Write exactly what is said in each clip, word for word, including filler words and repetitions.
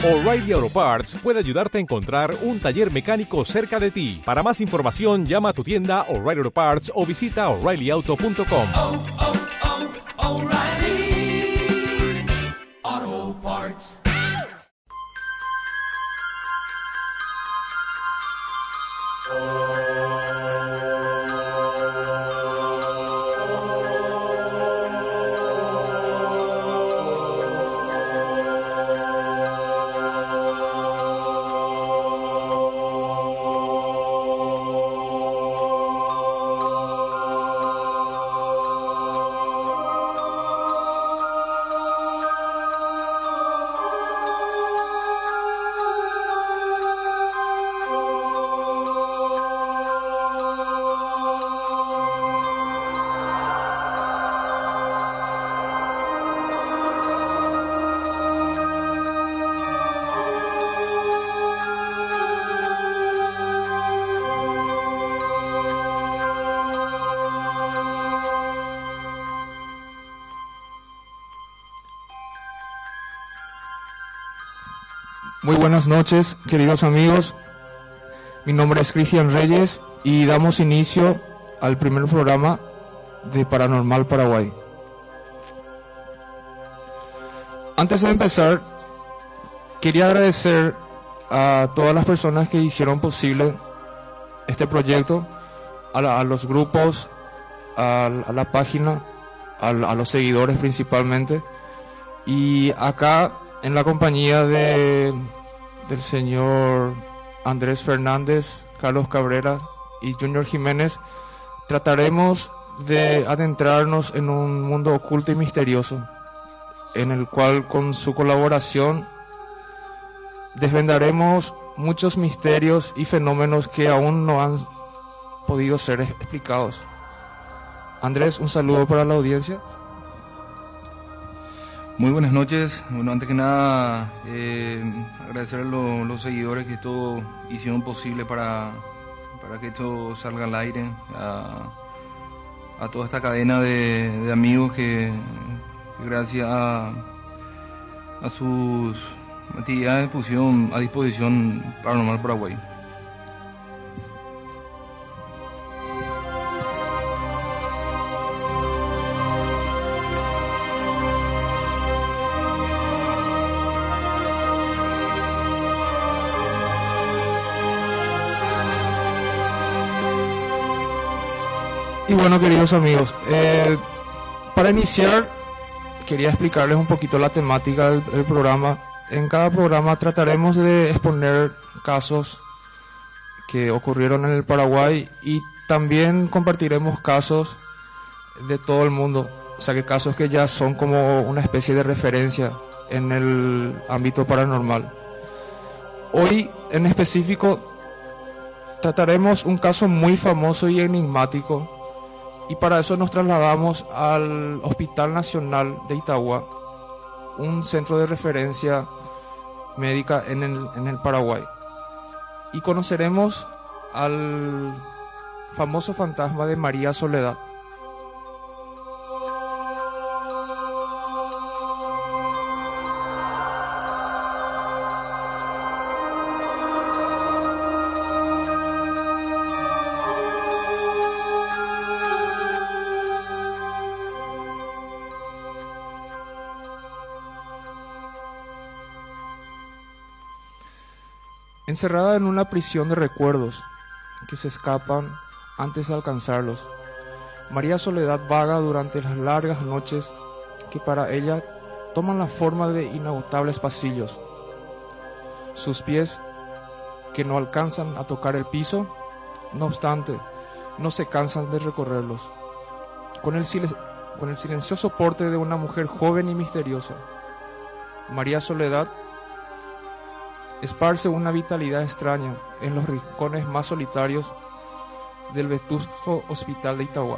O'Reilly Auto Parts puede ayudarte a encontrar un taller mecánico cerca de ti. Para más información, llama a tu tienda O'Reilly Auto Parts o visita O'Reilly Auto punto com. Oh, oh, oh, O'Reilly Auto Parts. Muy buenas noches, queridos amigos. Mi nombre es Cristian Reyes y damos inicio al primer programa de Paranormal Paraguay. Antes de empezar, quería agradecer a todas las personas que hicieron posible este proyecto, a, la, a los grupos, a, a la página, a, a los seguidores principalmente, y acá en la compañía de, del señor Andrés Fernández, Carlos Cabrera y Junior Jiménez, trataremos de adentrarnos en un mundo oculto y misterioso, en el cual con su colaboración desvendaremos muchos misterios y fenómenos que aún no han podido ser explicados. Andrés, un saludo para la audiencia. Muy buenas noches. Bueno, antes que nada, eh, agradecer a lo, los seguidores que esto hicieron posible para, para que esto salga al aire, a, a toda esta cadena de, de amigos que, que gracias a, a sus actividades pusieron a disposición Paranormal Paraguay. Y bueno, queridos amigos, eh, para iniciar quería explicarles un poquito la temática del, del programa. En cada programa trataremos de exponer casos que ocurrieron en el Paraguay y también compartiremos casos de todo el mundo, o sea que casos que ya son como una especie de referencia en el ámbito paranormal. Hoy en específico trataremos un caso muy famoso y enigmático, y para eso nos trasladamos al Hospital Nacional de Itagua, un centro de referencia médica en el, en el Paraguay, y conoceremos al famoso fantasma de María Soledad. Encerrada en una prisión de recuerdos que se escapan antes de alcanzarlos, María Soledad vaga durante las largas noches que para ella toman la forma de inagotables pasillos. Sus pies, que no alcanzan a tocar el piso, no obstante, no se cansan de recorrerlos. Con el, sil- con el silencioso porte de una mujer joven y misteriosa, María Soledad esparce una vitalidad extraña en los rincones más solitarios del vetusto Hospital de Itagua.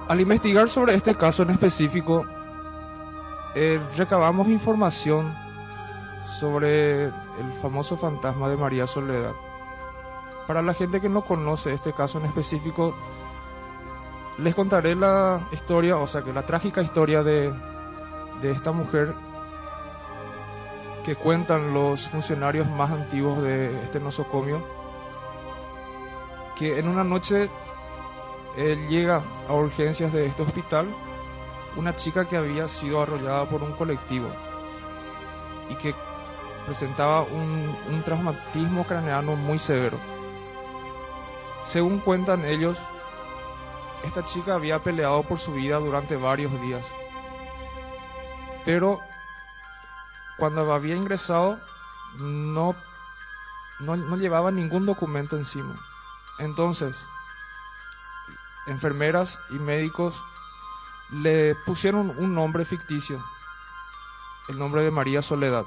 Al investigar sobre este caso en específico, eh, recabamos información sobre el famoso fantasma de María Soledad. Para la gente que no conoce este caso en específico, les contaré la historia, o sea que la trágica historia de, de esta mujer que cuentan los funcionarios más antiguos de este nosocomio, que en una noche eh, llega a urgencias de este hospital una chica que había sido arrollada por un colectivo y que presentaba un, un traumatismo craneano muy severo. Según cuentan ellos, esta chica había peleado por su vida durante varios días, pero cuando había ingresado no, no, no llevaba ningún documento encima. Entonces, enfermeras y médicos le pusieron un nombre ficticio, el nombre de María Soledad.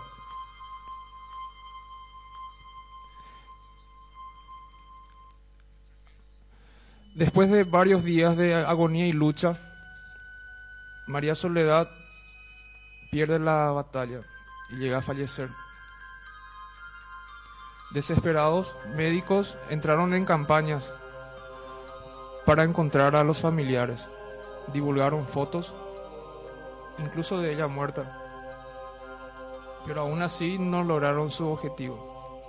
Después de varios días de agonía y lucha, María Soledad pierde la batalla y llega a fallecer. Desesperados, médicos entraron en campañas para encontrar a los familiares. Divulgaron fotos, incluso de ella muerta, pero aún así no lograron su objetivo.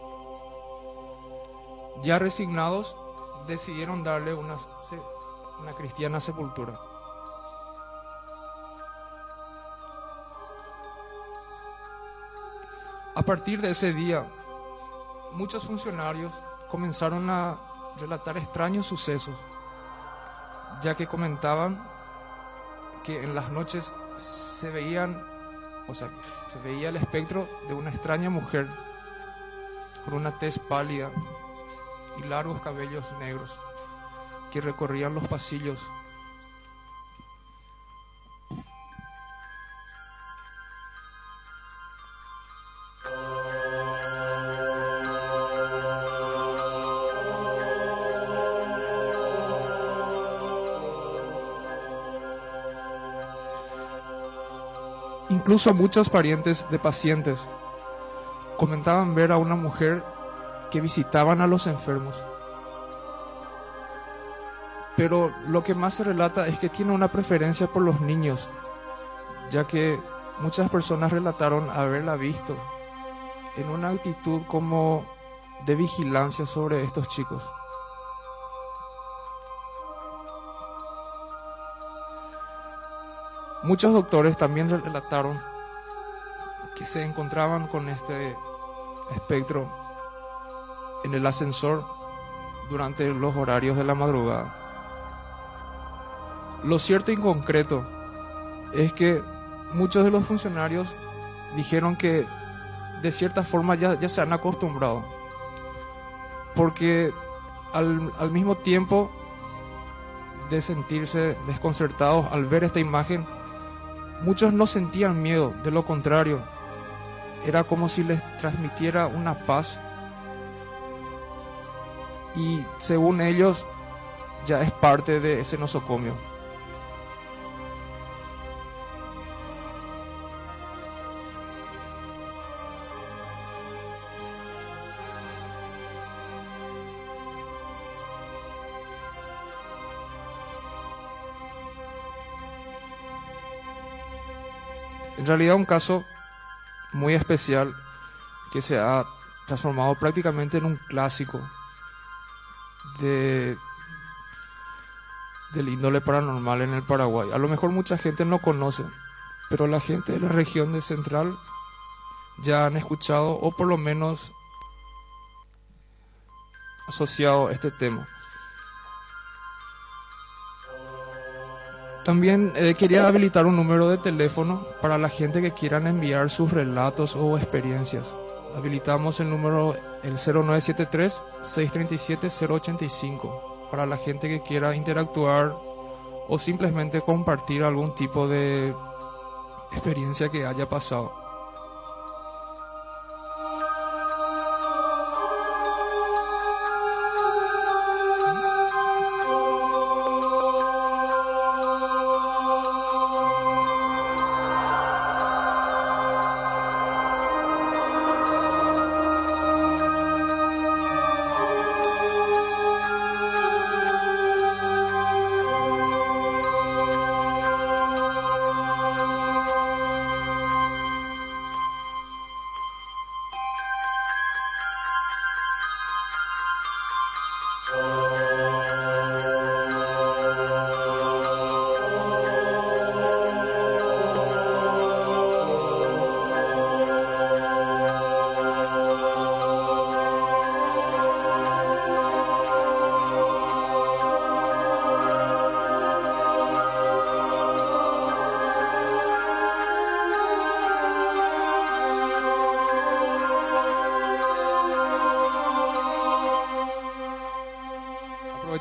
Ya resignados, decidieron darle una, una cristiana sepultura. A partir de ese día, muchos funcionarios comenzaron a relatar extraños sucesos, ya que comentaban que en las noches se veían, o sea, se veía el espectro de una extraña mujer con una tez pálida y largos cabellos negros que recorrían los pasillos. Incluso muchos parientes de pacientes comentaban ver a una mujer que visitaban a los enfermos. Pero lo que más se relata es que tiene una preferencia por los niños, ya que muchas personas relataron haberla visto en una actitud como de vigilancia sobre estos chicos. Muchos doctores también relataron que se encontraban con este espectro en el ascensor durante los horarios de la madrugada. Lo cierto y concreto es que muchos de los funcionarios dijeron que de cierta forma ya, ya se han acostumbrado, porque al, al mismo tiempo de sentirse desconcertados al ver esta imagen, muchos no sentían miedo, de lo contrario, era como si les transmitiera una paz. Y según ellos, ya es parte de ese nosocomio. En realidad un caso muy especial que se ha transformado prácticamente en un clásico de del índole paranormal en el Paraguay. A lo mejor mucha gente no conoce, pero la gente de la región de Central ya han escuchado o por lo menos asociado este tema. También eh, quería habilitar un número de teléfono para la gente que quieran enviar sus relatos o experiencias. Habilitamos el número el cero nueve siete tres, seis tres siete, cero ocho cinco para la gente que quiera interactuar o simplemente compartir algún tipo de experiencia que haya pasado.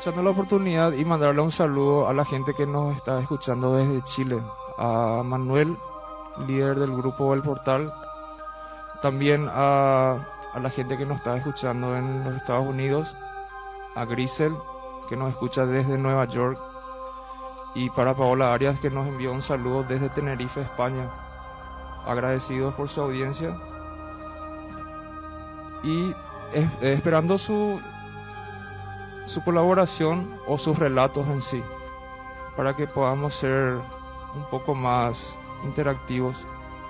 aprovechando la oportunidad y mandarle un saludo a la gente que nos está escuchando desde Chile, a Manuel, líder del grupo El Portal, también a, a la gente que nos está escuchando en los Estados Unidos, a Grisel, que nos escucha desde Nueva York, y para Paola Arias, que nos envió un saludo desde Tenerife, España. Agradecidos por su audiencia y es, esperando su, su colaboración o sus relatos en sí, para que podamos ser un poco más interactivos.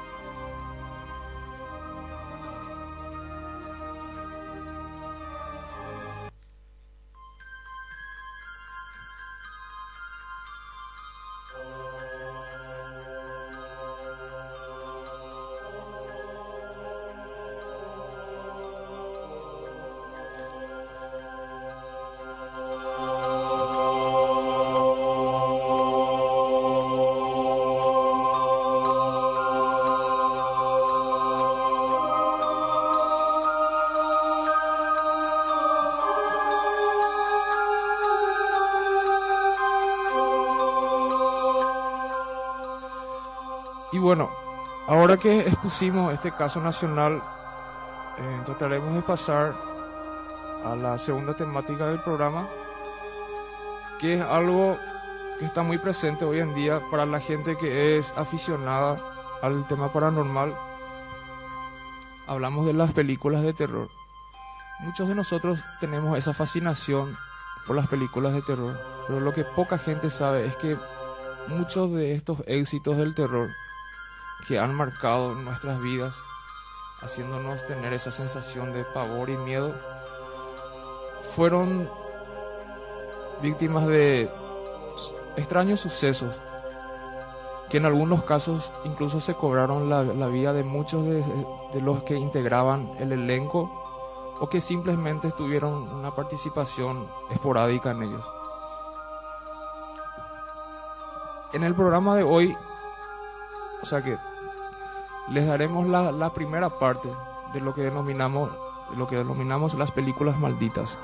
Y bueno, ahora que expusimos este caso nacional, eh, trataremos de pasar a la segunda temática del programa, que es algo que está muy presente hoy en día para la gente que es aficionada al tema paranormal. Hablamos de las películas de terror. Muchos de nosotros tenemos esa fascinación por las películas de terror, pero lo que poca gente sabe es que muchos de estos éxitos del terror que han marcado nuestras vidas, haciéndonos tener esa sensación de pavor y miedo, fueron víctimas de extraños sucesos que en algunos casos incluso se cobraron la, la vida de muchos de, de los que integraban el elenco, o que simplemente tuvieron una participación esporádica en ellos. En el programa de hoy, o sea que les daremos la, la primera parte de lo que denominamos, de lo que denominamos las películas malditas.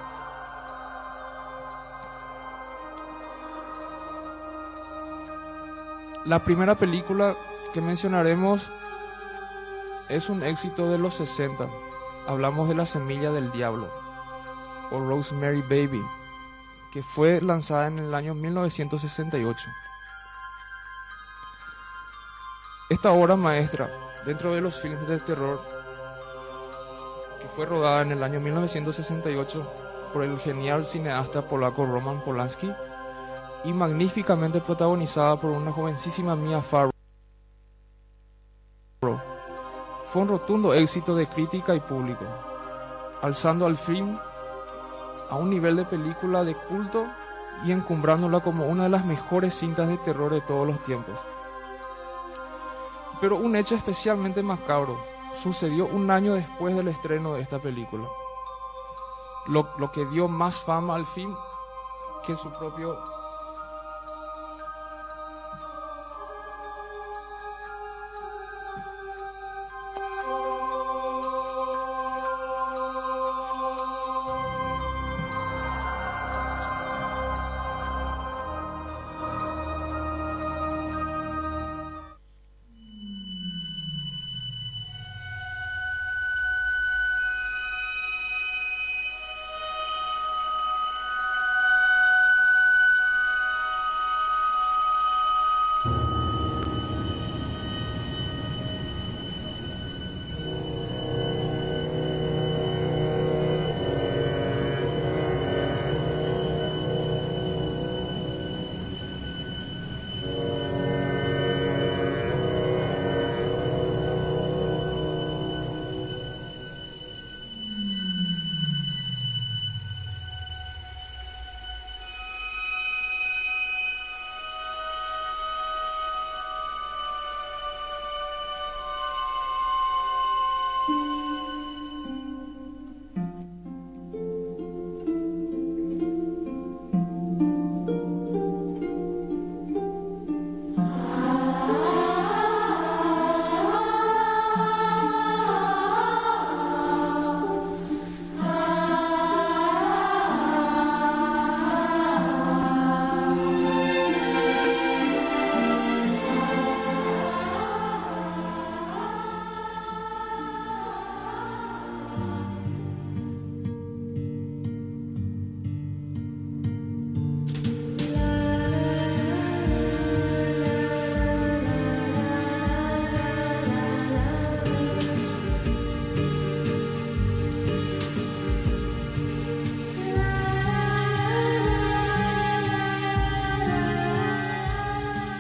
La primera película que mencionaremos es un éxito de los sesenta. Hablamos de La Semilla del Diablo, o Rosemary Baby, que fue lanzada en el año mil novecientos sesenta y ocho. Esta obra maestra dentro de los filmes de terror, que fue rodada en el año mil novecientos sesenta y ocho por el genial cineasta polaco Roman Polanski y magníficamente protagonizada por una jovencísima Mia Farrow, fue un rotundo éxito de crítica y público, alzando al film a un nivel de película de culto y encumbrándola como una de las mejores cintas de terror de todos los tiempos. Pero un hecho especialmente macabro sucedió un año después del estreno de esta película, lo, lo que dio más fama al film que su propio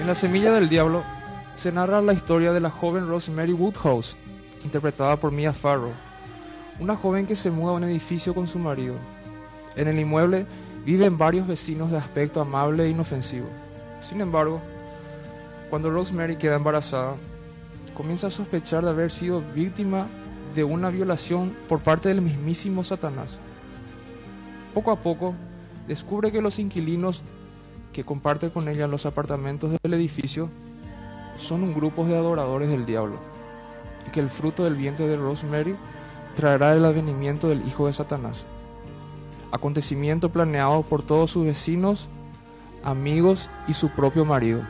La Semilla del Diablo se narra la historia de la joven Rosemary Woodhouse, interpretada por Mia Farrow, una joven que se muda a un edificio con su marido. En el inmueble viven varios vecinos de aspecto amable e inofensivo. Sin embargo, cuando Rosemary queda embarazada, comienza a sospechar de haber sido víctima de una violación por parte del mismísimo Satanás. Poco a poco, descubre que los inquilinos que comparte con ella los apartamentos del edificio son un grupo de adoradores del diablo, y que el fruto del vientre de Rosemary traerá el advenimiento del hijo de Satanás, acontecimiento planeado por todos sus vecinos, amigos y su propio marido.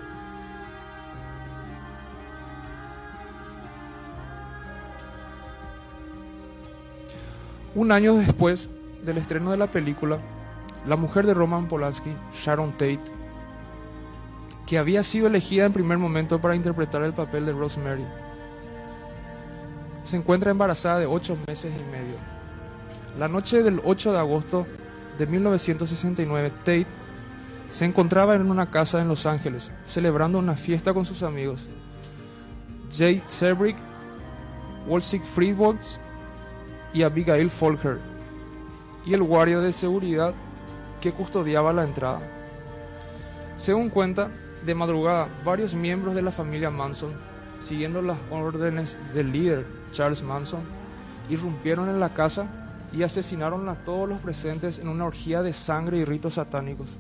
Un año después del estreno de la película, la mujer de Roman Polanski, Sharon Tate, que había sido elegida en primer momento para interpretar el papel de Rosemary, se encuentra embarazada de ocho meses y medio. La noche del ocho de agosto de mil novecientos sesenta y nueve, Tate se encontraba en una casa en Los Ángeles, celebrando una fiesta con sus amigos Jay Sebrick, Wolsik Friedwolds y Abigail Folker, y el guardia de seguridad que custodiaba la entrada. Según cuenta, de madrugada, varios miembros de la familia Manson, siguiendo las órdenes del líder Charles Manson, irrumpieron en la casa y asesinaron a todos los presentes en una orgía de sangre y ritos satánicos.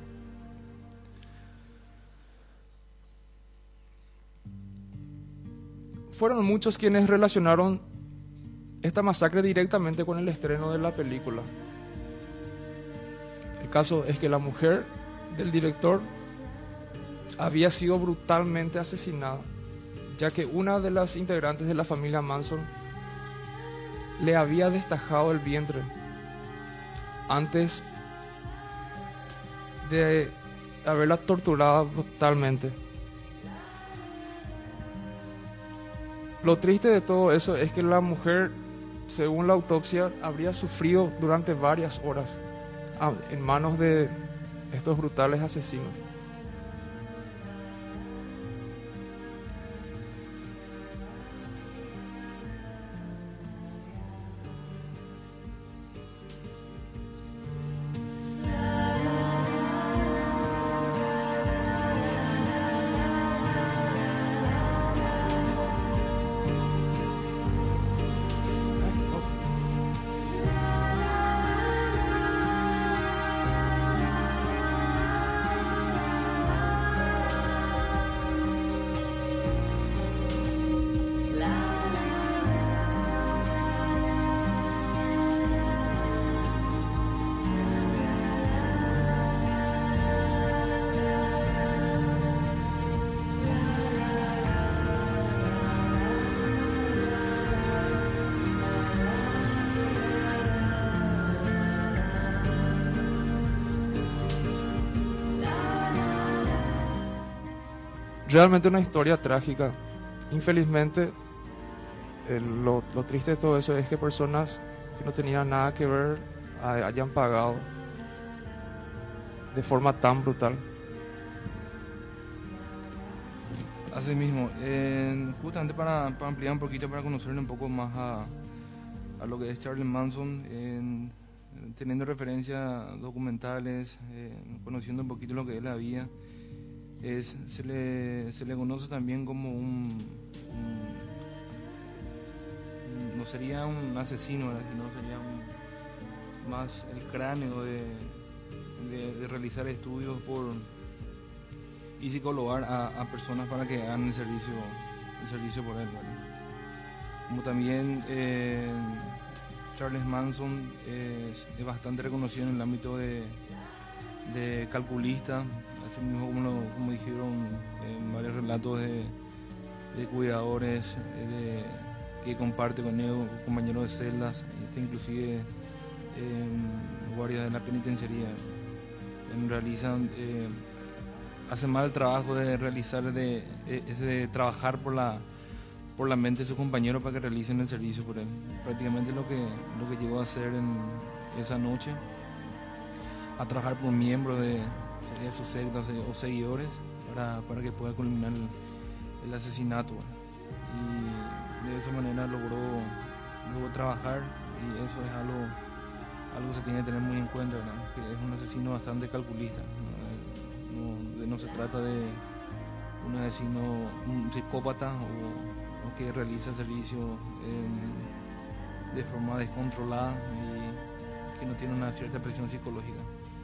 Fueron muchos quienes relacionaron esta masacre directamente con el estreno de la película. El caso es que la mujer del director había sido brutalmente asesinada, ya que una de las integrantes de la familia Manson le había destajado el vientre antes de haberla torturado brutalmente. Lo triste de todo eso es que la mujer, según la autopsia, habría sufrido durante varias horas en manos de estos brutales asesinos. Realmente una historia trágica. Infelizmente, eh, lo, lo triste de todo eso es que personas que no tenían nada que ver hay- hayan pagado de forma tan brutal. Así mismo, eh, justamente para, para ampliar un poquito, para conocerle un poco más a, a lo que es Charles Manson, en- teniendo referencia a documentales, eh, conociendo un poquito lo que él había, es, se, le, se le conoce también como un, un- no sería un asesino, ¿verdad? Sino sería un- más el cráneo de, de- de realizar estudios por y psicologar a, a personas para que hagan el servicio, el servicio por él, ¿verdad? Como también eh, Charles Manson es, es bastante reconocido en el ámbito de, de calculista, así mismo como, lo- como dijeron en varios relatos de, de cuidadores eh, de, que comparte con ellos, compañeros de celdas, este, inclusive eh, guardias de la penitenciaría, en realizan eh, hacen mal el trabajo de realizar de, de, ese de trabajar por la por la mente de sus compañeros para que realicen el servicio por él. Prácticamente lo que lo que llegó a hacer en esa noche, a trabajar por miembros de, de sus sectas o seguidores para, para que pueda culminar el, el asesinato. Y de esa manera logró, logró trabajar, y eso es algo, algo que se tiene que tener muy en cuenta, ¿verdad? Que es un asesino bastante calculista. No, no, no se trata de un asesino, un psicópata o, o que realiza servicio eh, de forma descontrolada y que no tiene una cierta presión psicológica.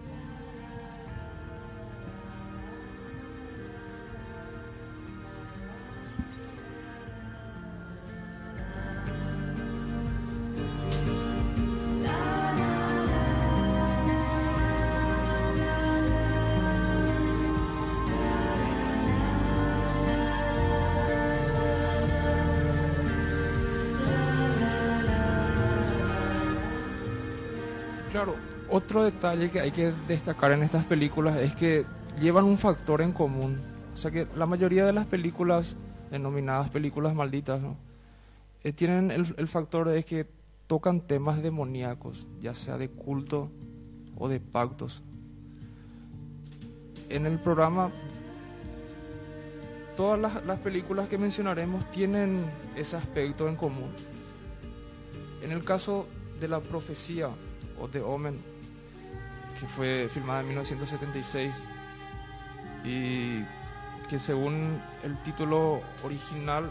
Claro, otro detalle que hay que destacar en estas películas es que llevan un factor en común. O sea que la mayoría de las películas denominadas películas malditas, ¿no? Eh, tienen el, el factor de que tocan temas demoníacos, ya sea de culto o de pactos. En el programa, todas las, las películas que mencionaremos tienen ese aspecto en común. En el caso de La Profecía o The Omen, que fue filmada en mil novecientos setenta y seis y que según el título original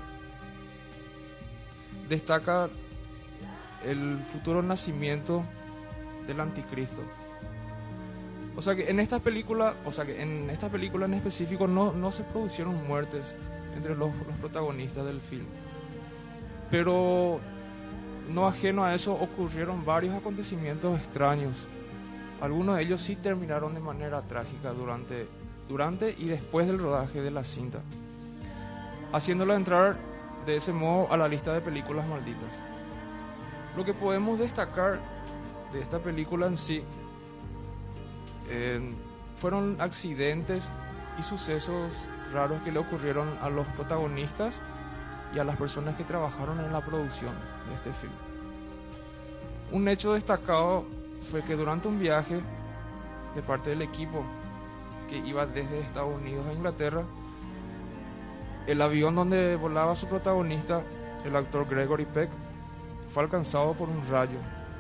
destaca el futuro nacimiento del anticristo. O sea que en esta película, o sea que en esta película en específico no, no se produjeron muertes entre los, los protagonistas del film, pero no ajeno a eso ocurrieron varios acontecimientos extraños. Algunos de ellos sí terminaron de manera trágica durante, durante y después del rodaje de la cinta, haciéndola entrar de ese modo a la lista de películas malditas. Lo que podemos destacar de esta película en sí eh, fueron accidentes y sucesos raros que le ocurrieron a los protagonistas y a las personas que trabajaron en la producción de este film. Un hecho destacado fue que durante un viaje de parte del equipo que iba desde Estados Unidos a Inglaterra, el avión donde volaba su protagonista, el actor Gregory Peck, fue alcanzado por un rayo.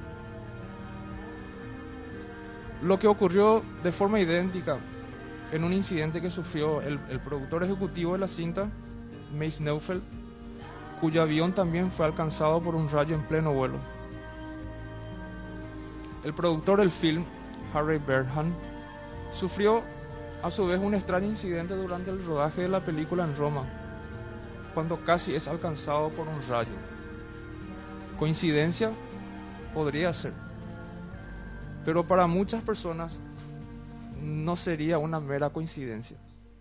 Lo que ocurrió de forma idéntica en un incidente que sufrió el, el productor ejecutivo de la cinta, Mace Neufeld, cuyo avión también fue alcanzado por un rayo en pleno vuelo. El productor del film, Harry Bernham, sufrió a su vez un extraño incidente durante el rodaje de la película en Roma, cuando casi es alcanzado por un rayo. ¿Coincidencia? Podría ser. Pero para muchas personas no sería una mera coincidencia,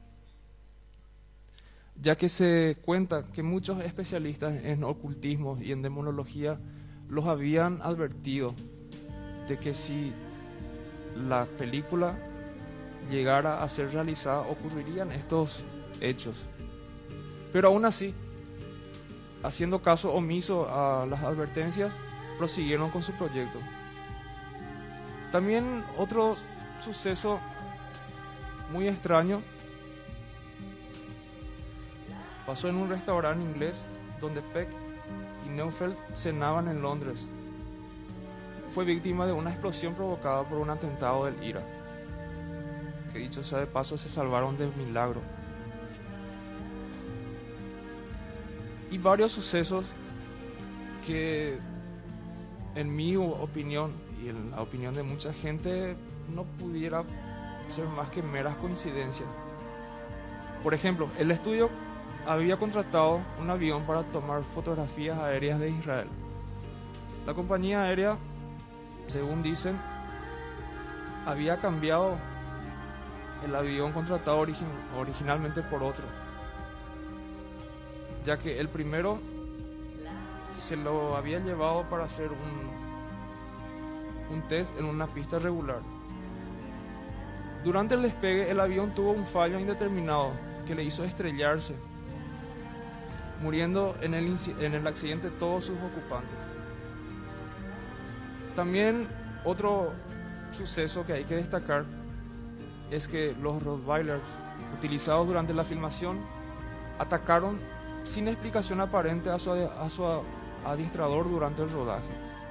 ya que se cuenta que muchos especialistas en ocultismo y en demonología los habían advertido de que si la película llegara a ser realizada ocurrirían estos hechos. Pero aún así, haciendo caso omiso a las advertencias, prosiguieron con su proyecto. También otro suceso muy extraño pasó en un restaurante inglés donde Peck y Neufeld cenaban en Londres. Fue víctima de una explosión provocada por un atentado del I R A, que dicho sea de paso se salvaron de milagro. Y varios sucesos que en mi opinión y en la opinión de mucha gente no pudiera ser más que meras coincidencias. Por ejemplo, el estudio había contratado un avión para tomar fotografías aéreas de Israel. La compañía aérea, según dicen, había cambiado el avión contratado origi- originalmente por otro, ya que el primero se lo había llevado para hacer un, un test en una pista regular. Durante el despegue, el avión tuvo un fallo indeterminado que le hizo estrellarse, muriendo en el, en el accidente todos sus ocupantes. También otro suceso que hay que destacar es que los Rottweilers utilizados durante la filmación atacaron sin explicación aparente a su, a su adiestrador durante el rodaje.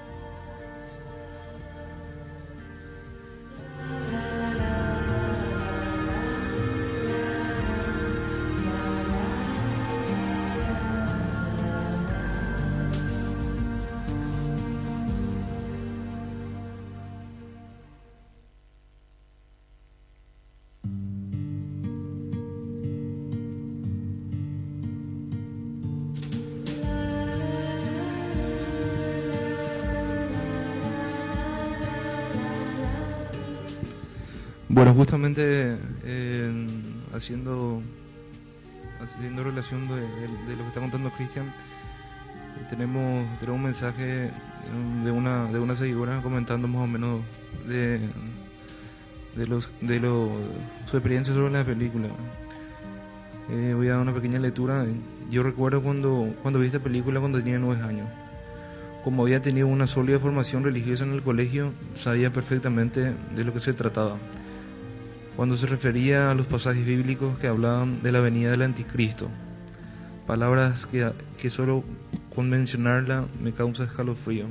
Bueno, justamente eh, haciendo haciendo relación de, de, de lo que está contando Cristian, eh, tenemos, tenemos un mensaje de una de una seguidora comentando más o menos de de los de lo, su experiencia sobre la película. Eh, voy a dar una pequeña lectura. Yo recuerdo cuando cuando vi esta película cuando tenía nueve años. Como había tenido una sólida formación religiosa en el colegio, sabía perfectamente de lo que se trataba. Cuando se refería a los pasajes bíblicos que hablaban de la venida del anticristo, palabras que, que solo con mencionarla me causa escalofrío.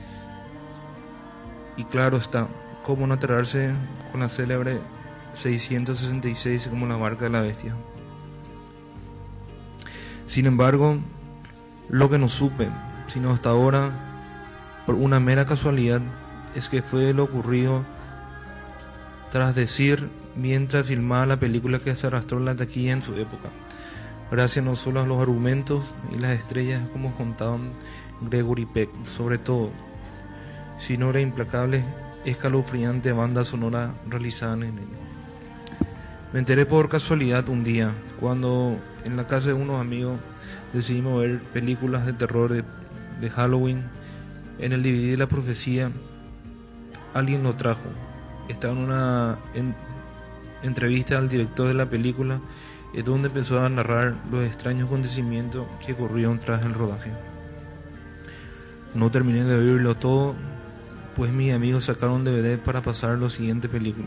Y claro está, cómo no aterrarse con la célebre seiscientos sesenta y seis como la marca de la bestia. Sin embargo, lo que no supe, sino hasta ahora, por una mera casualidad, es que fue lo ocurrido tras decir mientras filmaba la película que se arrastró en la taquilla en su época, gracias no solo a los argumentos y las estrellas como contaban Gregory Peck, sobre todo, sino la implacable, escalofriante banda sonora realizada en él. Me enteré por casualidad un día, cuando en la casa de unos amigos decidimos ver películas de terror de, de Halloween. En el D V D de La Profecía, alguien lo trajo. Estaba en una en, entrevista al director de la película, es donde empezó a narrar los extraños acontecimientos que ocurrieron tras el rodaje. No terminé de oírlo todo, pues mis amigos sacaron D V D para pasar la siguiente película.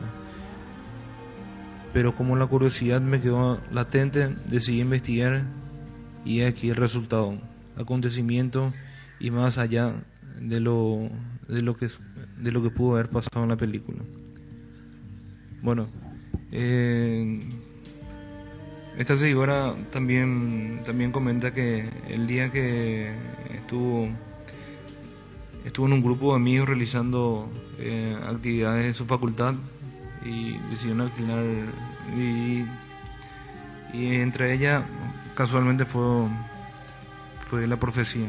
Pero como la curiosidad me quedó latente, decidí investigar y aquí el resultado. Acontecimientos y más allá de lo de lo que de lo que pudo haber pasado en la película. Bueno, eh, esta seguidora también también comenta que el día que estuvo estuvo en un grupo de amigos realizando eh, actividades de su facultad y decidieron alquilar y, y entre ellas casualmente fue fue La Profecía.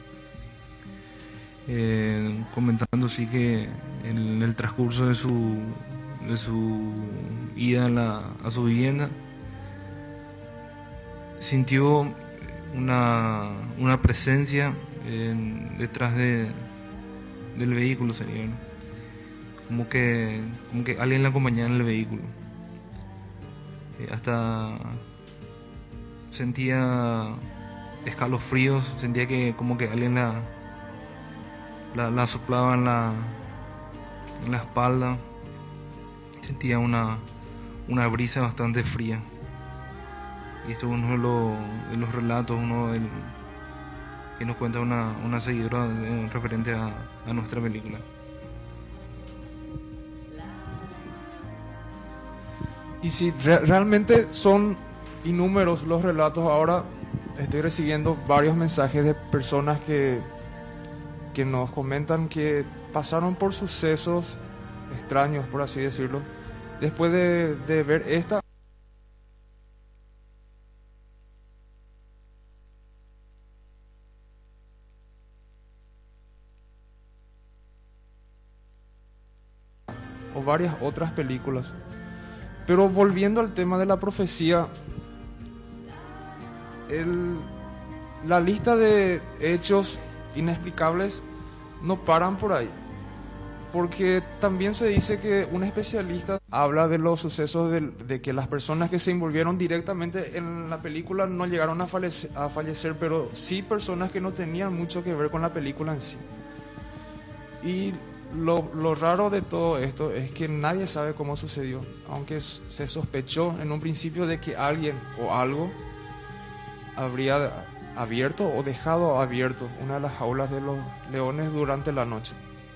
Eh, comentando sí que en el transcurso de su de su ida a, la, a su vivienda sintió una una presencia en, detrás de del vehículo, sería, ¿no? como que como que alguien la acompañaba en el vehículo. Eh, hasta sentía escalofríos, sentía que como que alguien la La, la soplaba en la, en la espalda, sentía una, una brisa bastante fría. Y esto es uno de los, de los relatos, uno del, que nos cuenta una, una seguidora de, referente a, a nuestra película. Y si re- realmente son innúmeros los relatos, ahora estoy recibiendo varios mensajes de personas que que nos comentan que pasaron por sucesos extraños, por así decirlo, después de, de ver esta o varias otras películas. Pero volviendo al tema de La Profecía, el, la lista de hechos inexplicables no paran por ahí, porque también se dice que un especialista habla de los sucesos de, de que las personas que se envolvieron directamente en la película no llegaron a fallecer, a fallecer, pero sí personas que no tenían mucho que ver con la película en sí. Y lo, lo raro de todo esto es que nadie sabe cómo sucedió, aunque s- se sospechó en un principio de que alguien o algo habría abierto o dejado abierto una de las jaulas de los leones durante la noche.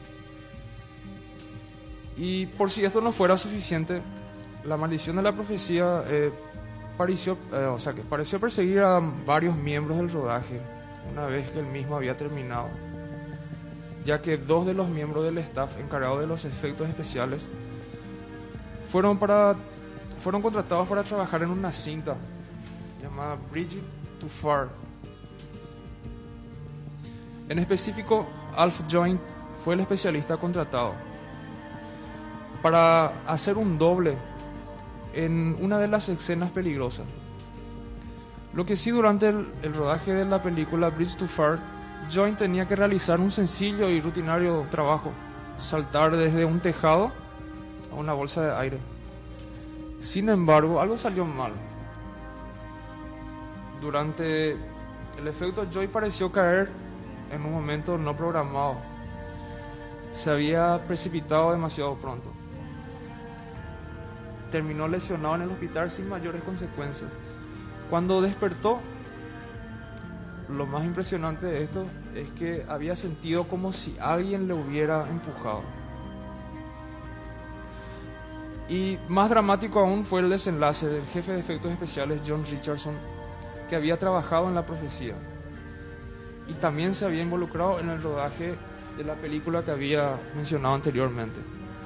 Y por si esto no fuera suficiente, la maldición de la profecía eh, pareció, eh, o sea, que pareció perseguir a varios miembros del rodaje una vez que el mismo había terminado, ya que dos de los miembros del staff encargados de los efectos especiales fueron, para, fueron contratados para trabajar en una cinta llamada Bridget to Far. En específico, Alf Joint fue el especialista contratado para hacer un doble en una de las escenas peligrosas. Lo que sí, durante el, el rodaje de la película Bridge Too Far, Joint tenía que realizar un sencillo y rutinario trabajo: saltar desde un tejado a una bolsa de aire. Sin embargo, algo salió mal. Durante el efecto, Joy pareció caer en un momento no programado. Se había precipitado demasiado pronto. Terminó lesionado en el hospital sin mayores consecuencias. Cuando despertó, lo más impresionante de esto es que había sentido como si alguien le hubiera empujado. Y más dramático aún fue el desenlace del jefe de efectos especiales John Richardson, que había trabajado en la profecía y también se había involucrado en el rodaje de la película que había mencionado anteriormente.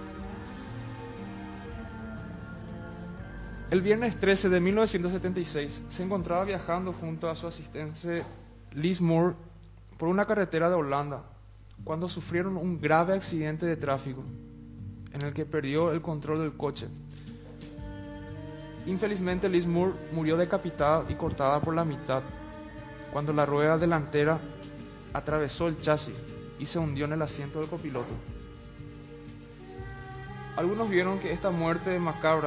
El viernes trece de mil novecientos setenta y seis se encontraba viajando junto a su asistente Liz Moore por una carretera de Holanda cuando sufrieron un grave accidente de tráfico en el que perdió el control del coche. Infelizmente, Liz Moore murió decapitada y cortada por la mitad cuando la rueda delantera atravesó el chasis y se hundió en el asiento del copiloto. Algunos vieron que esta muerte macabra,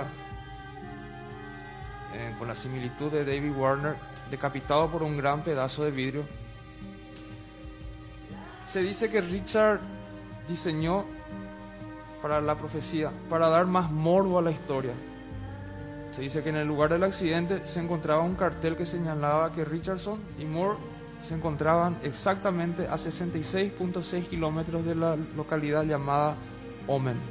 eh, con la similitud de David Warner decapitado por un gran pedazo de vidrio, se dice que Richard diseñó para la profecía, para dar más morbo a la historia. Se dice que en el lugar del accidente se encontraba un cartel que señalaba que Richardson y Moore se encontraban exactamente a sesenta y seis punto seis kilómetros de la localidad llamada Omen.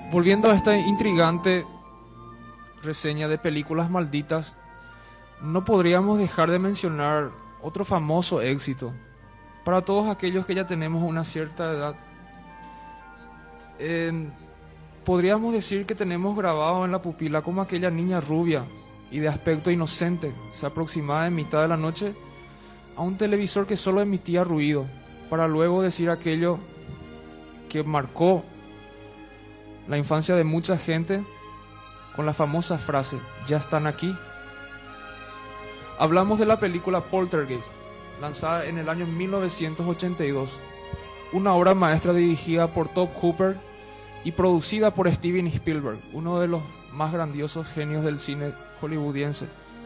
volviendo a esta intrigante reseña de películas malditas, no podríamos dejar de mencionar otro famoso éxito para todos aquellos que ya tenemos una cierta edad. Eh, podríamos decir que tenemos grabado en la pupila como aquella niña rubia y de aspecto inocente se aproximaba en mitad de la noche a un televisor que solo emitía ruido, para luego decir aquello que marcó la infancia de mucha gente con la famosa frase: "Ya están aquí". Hablamos de la película Poltergeist, lanzada en el año mil novecientos ochenta y dos, una obra maestra dirigida por Tobe Hooper y producida por Steven Spielberg, uno de los más grandiosos genios del cine hollywoodiense.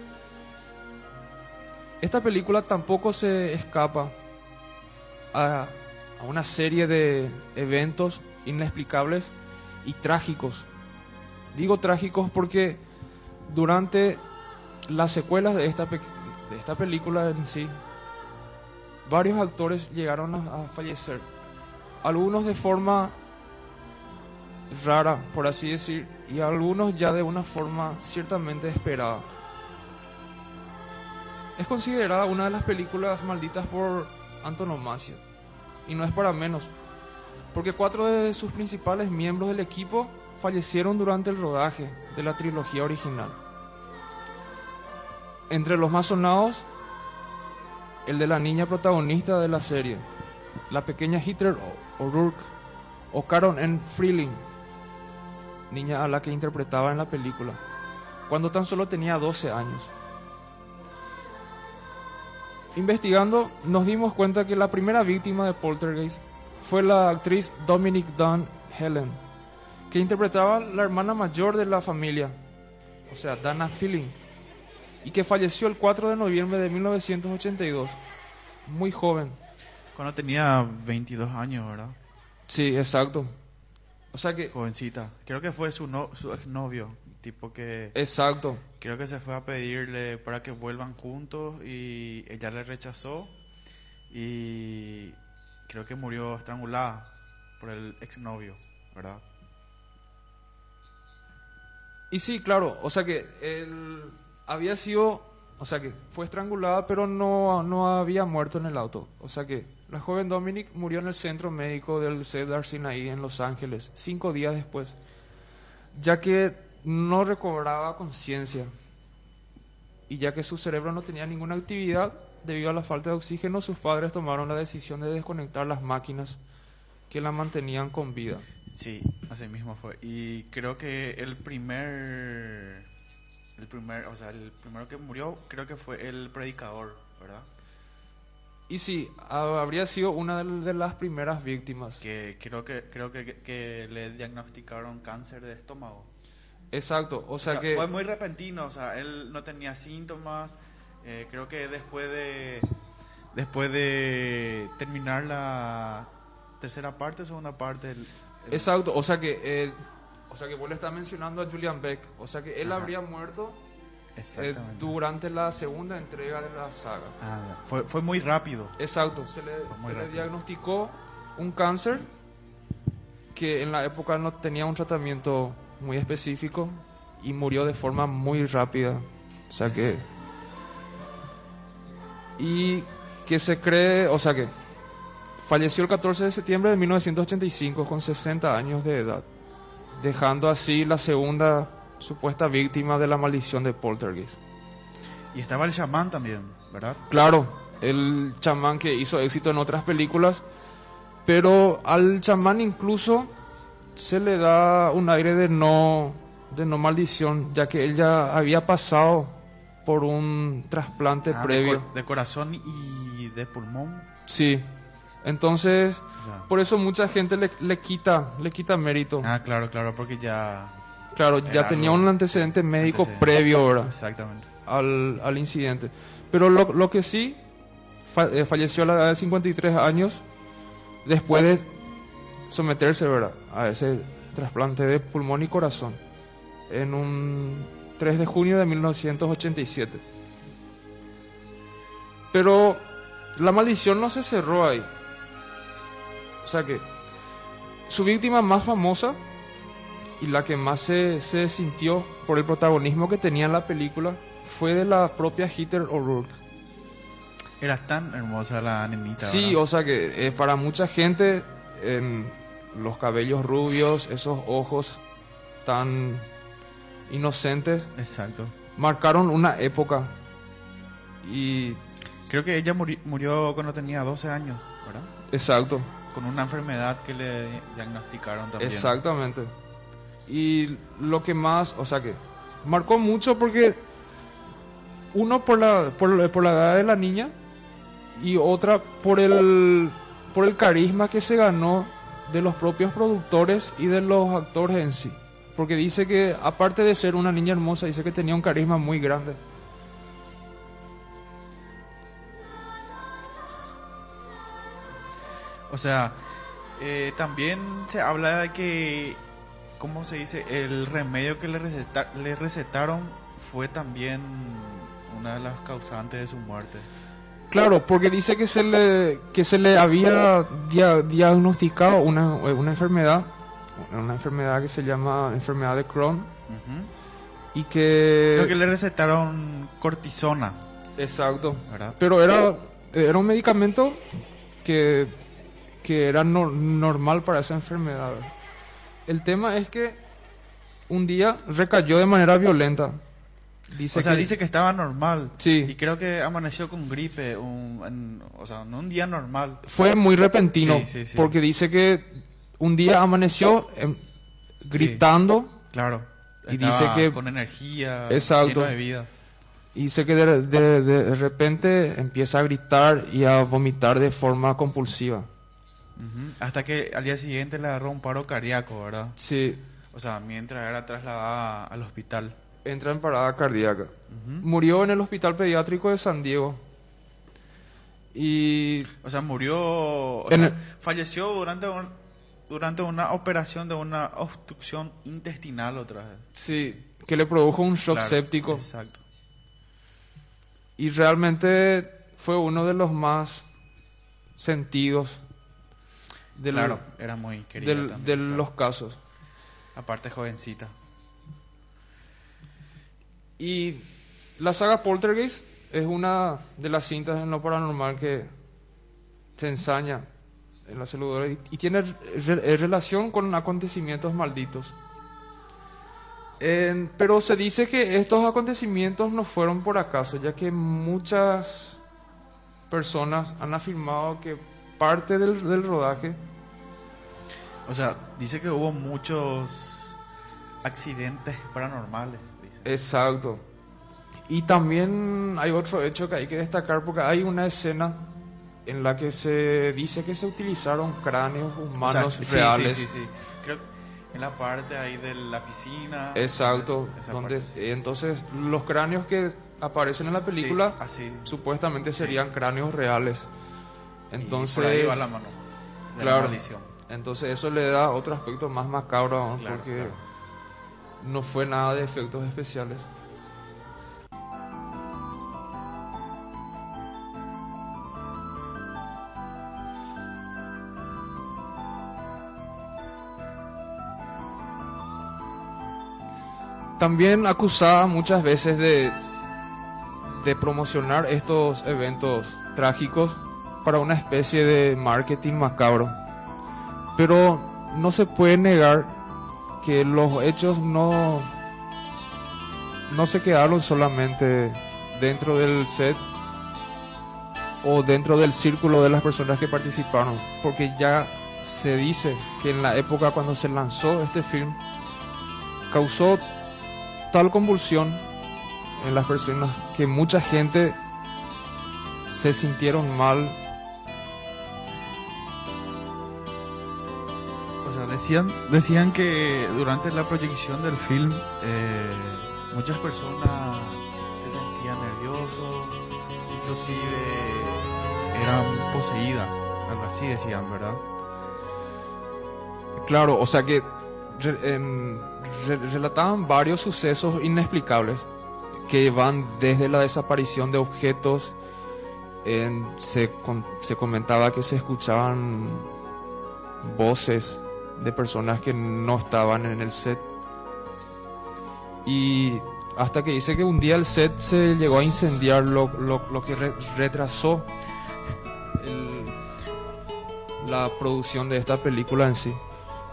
Esta película tampoco se escapa a, a una serie de eventos inexplicables y trágicos. Digo trágicos porque durante las secuelas de esta, pe- de esta película en sí, varios actores llegaron a, a fallecer, algunos de forma rara, por así decir, y algunos ya de una forma ciertamente esperada. Es considerada una de las películas malditas por antonomasia, y no es para menos, porque cuatro de sus principales miembros del equipo fallecieron durante el rodaje de la trilogía original. Entre los más sonados, el de la niña protagonista de la serie, la pequeña Heather O'Rourke, o Karen Ann Freeling, niña a la que interpretaba en la película, cuando tan solo tenía doce años. Investigando, nos dimos cuenta que la primera víctima de Poltergeist fue la actriz Dominique Dawn Helen, que interpretaba la hermana mayor de la familia, o sea, Dana Freeling, y que falleció el cuatro de noviembre de mil novecientos ochenta y dos, muy joven. Cuando tenía veintidós años, ¿verdad? Sí, exacto. O sea que... Jovencita. Creo que fue su, no, su exnovio, tipo que... Exacto. Creo que se fue a pedirle para que vuelvan juntos y ella le rechazó y creo que murió estrangulada por el exnovio, ¿verdad? Y sí, claro, o sea que él había sido, o sea que fue estrangulada, pero no, no había muerto en el auto. O sea que la joven Dominic murió en el centro médico del Cedar Sinai en Los Ángeles, cinco días después, ya que no recobraba conciencia y ya que su cerebro no tenía ninguna actividad debido a la falta de oxígeno. Sus padres tomaron la decisión de desconectar las máquinas que la mantenían con vida. Sí, así mismo fue. Y creo que el primer, el primer, o sea, el primero que murió, creo que fue el predicador, ¿verdad? Y sí, ha- habría sido una de, de las primeras víctimas. Que creo que creo que, que le diagnosticaron cáncer de estómago. Exacto, o sea, O sea, que fue muy repentino, o sea, él no tenía síntomas. Eh, creo que después de después de terminar la tercera parte, segunda parte, el, el- exacto, o sea que eh, o sea que vos le estás mencionando a Julian Beck, o sea que él Ajá. habría muerto eh, exactamente. durante la segunda entrega de la saga. Ah, fue fue muy rápido. Exacto, se le, Fue muy se le rápido. diagnosticó un cáncer que en la época no tenía un tratamiento muy específico y murió de forma muy rápida. O sea que... Y que se cree, o sea que falleció el catorce de septiembre de mil novecientos ochenta y cinco con sesenta años de edad, dejando así la segunda supuesta víctima de la maldición de Poltergeist. Y estaba el chamán también, ¿verdad? Claro, el chamán que hizo éxito en otras películas, pero al chamán incluso se le da un aire de no, de no maldición, ya que él ya había pasado por un trasplante Ah, de previo. cor- de corazón y de pulmón. Sí, entonces O sea, por eso mucha gente le, le quita, le quita mérito. ah, claro, claro, porque ya... Claro, ya era tenía algo- un antecedente médico antecedente. previo ahora Exactamente. al, al incidente. Pero lo, lo que sí, fa- eh, falleció a la edad de cincuenta y tres años después de someterse, ¿verdad?, a ese trasplante de pulmón y corazón en un tres de junio de mil novecientos ochenta y siete. Pero la maldición no se cerró ahí. O sea que su víctima más famosa y la que más se, se sintió por el protagonismo que tenía en la película fue de la propia Heather O'Rourke. Era tan hermosa la nenita. Sí, ¿verdad? o sea que eh, para mucha gente, en los cabellos rubios, esos ojos tan inocentes, Exacto. marcaron una época. Y Creo que ella muri- murió cuando tenía doce años, ¿verdad? exacto, Con una enfermedad que le diagnosticaron también. exactamente. Y lo que más, o sea que marcó mucho porque uno por la por, por la edad de la niña y otra por el por el carisma que se ganó de los propios productores y de los actores en sí. Porque dice que aparte de ser una niña hermosa, dice que tenía un carisma muy grande. O sea, eh, también se habla de que, ¿cómo se dice? El remedio que le, receta- le recetaron fue también una de las causantes de su muerte. Claro, porque dice que se le que se le había dia- diagnosticado una, una enfermedad, una enfermedad que se llama enfermedad de Crohn Ujú. y que Creo que le recetaron cortisona, exacto, ¿verdad? pero era era un medicamento que que era no- normal para esa enfermedad. El tema es que un día recayó de manera violenta. Dice O sea, que, dice que estaba normal. Sí. Y creo que amaneció con gripe, un, en- o sea, no un día normal. fue muy repentino, Sí, sí, sí. porque dice que un día amaneció em, gritando. Claro. Y Estaba dice que- con energía, Exacto. lleno de vida. Y dice que de, de- de repente empieza a gritar y a vomitar de forma compulsiva. Ujú. Hasta que al día siguiente le agarró un paro cardíaco, ¿verdad? Sí, O sea, mientras era trasladada al hospital. entra en parada cardíaca. Ujú. Murió en el Hospital Pediátrico de San Diego. Y O sea, murió, o En sea, el- falleció durante un- durante una operación de una obstrucción intestinal otra vez. sí, que le produjo un shock Claro, séptico. Exacto. Y realmente fue uno de los más sentidos del- Claro, era muy querida del- también, de claro. los casos. Aparte jovencita. Y la saga Poltergeist es una de las cintas en lo paranormal que se ensaña en la celudora y, y tiene re- eh, relación con acontecimientos malditos. En- pero se dice que estos acontecimientos no fueron por acaso, ya que muchas personas han afirmado que parte del, del rodaje, O sea, dice que hubo muchos accidentes paranormales. Dice. exacto. Y también hay otro hecho que hay que destacar porque hay una escena en la que se dice que se utilizaron cráneos O sea, humanos sí, reales. Sí, sí, sí. Creo que en la parte ahí de la piscina. Exacto. Esa Donde, parte, sí. entonces los cráneos que aparecen en la película Sí, así. supuestamente serían cráneos reales. Entonces, Y por ahí va la mano. De claro. la maldición. entonces eso le da otro aspecto más macabro aún, Claro, porque claro. no fue nada de efectos especiales. También acusada muchas veces de, de promocionar estos eventos trágicos para una especie de marketing macabro. Pero no se puede negar que los hechos no, no se quedaron solamente dentro del set o dentro del círculo de las personas que participaron, porque ya se dice que en la época cuando se lanzó este film causó tal convulsión en las personas que mucha gente se sintieron mal. O sea, decían, decían que durante la proyección del film eh, muchas personas se sentían nerviosos, inclusive eran poseídas, algo así decían, ¿verdad? Claro, o sea que re- en- re- relataban varios sucesos inexplicables que van desde la desaparición de objetos, en- se, con- se comentaba que se escuchaban voces de personas que no estaban en el set, Y hasta que dice que un día el set se llegó a incendiar, lo, lo, lo que re- retrasó el- la producción de esta película en sí.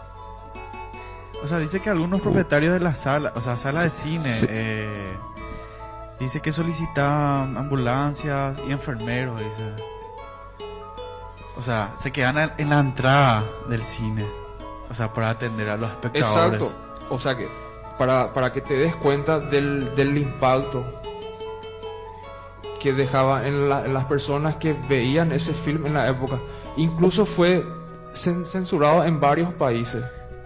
O sea, dice que algunos propietarios de la sala, o sea, sala de cine, eh, dice que solicitaban ambulancias y enfermeros, dice. O sea, se quedan en- en la entrada del cine, o sea, para atender a los espectadores. Exacto. O sea que para, para que te des cuenta del, del impacto que dejaba en, la- en las personas que veían ese film en la época. Incluso fue cen- censurado en varios países.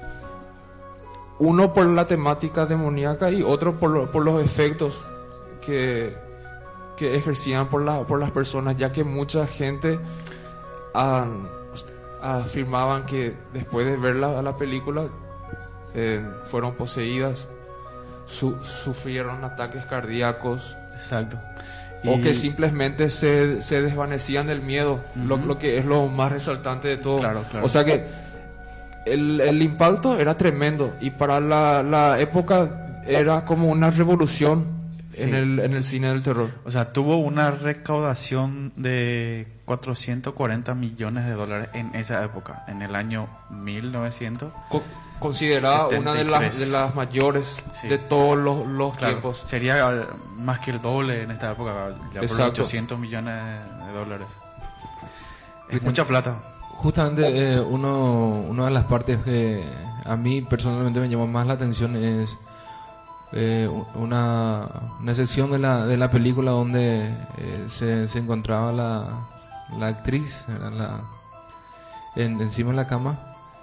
Uno por la temática demoníaca y otro por, lo- por los efectos que, que ejercían por, la, por las personas, ya que mucha gente ah, afirmaban que después de ver la, la película eh, fueron poseídas, su- sufrieron ataques cardíacos Exacto. o Y- que simplemente se, se desvanecían del miedo, lo, Ujú. lo que es lo más resaltante de todo. Claro, claro. O sea que el, el impacto era tremendo y para la, la época era como una revolución en, Sí. el, en el cine del terror. O sea, tuvo una recaudación de cuatrocientos cuarenta millones de dólares en esa época, en el año mil novecientos. Co- considerada una de las, setenta y tres. de las mayores Sí. de todos los, los Claro, tiempos. sería eh, más que el doble en esta época, ya por Exacto. ochocientos millones de dólares. Es mucha plata. Justamente eh, uno, una de las partes que a mí personalmente me llamó más la atención es eh, una, una sección de la, de la película donde eh, se, se encontraba la, la actriz era la, en, encima de la cama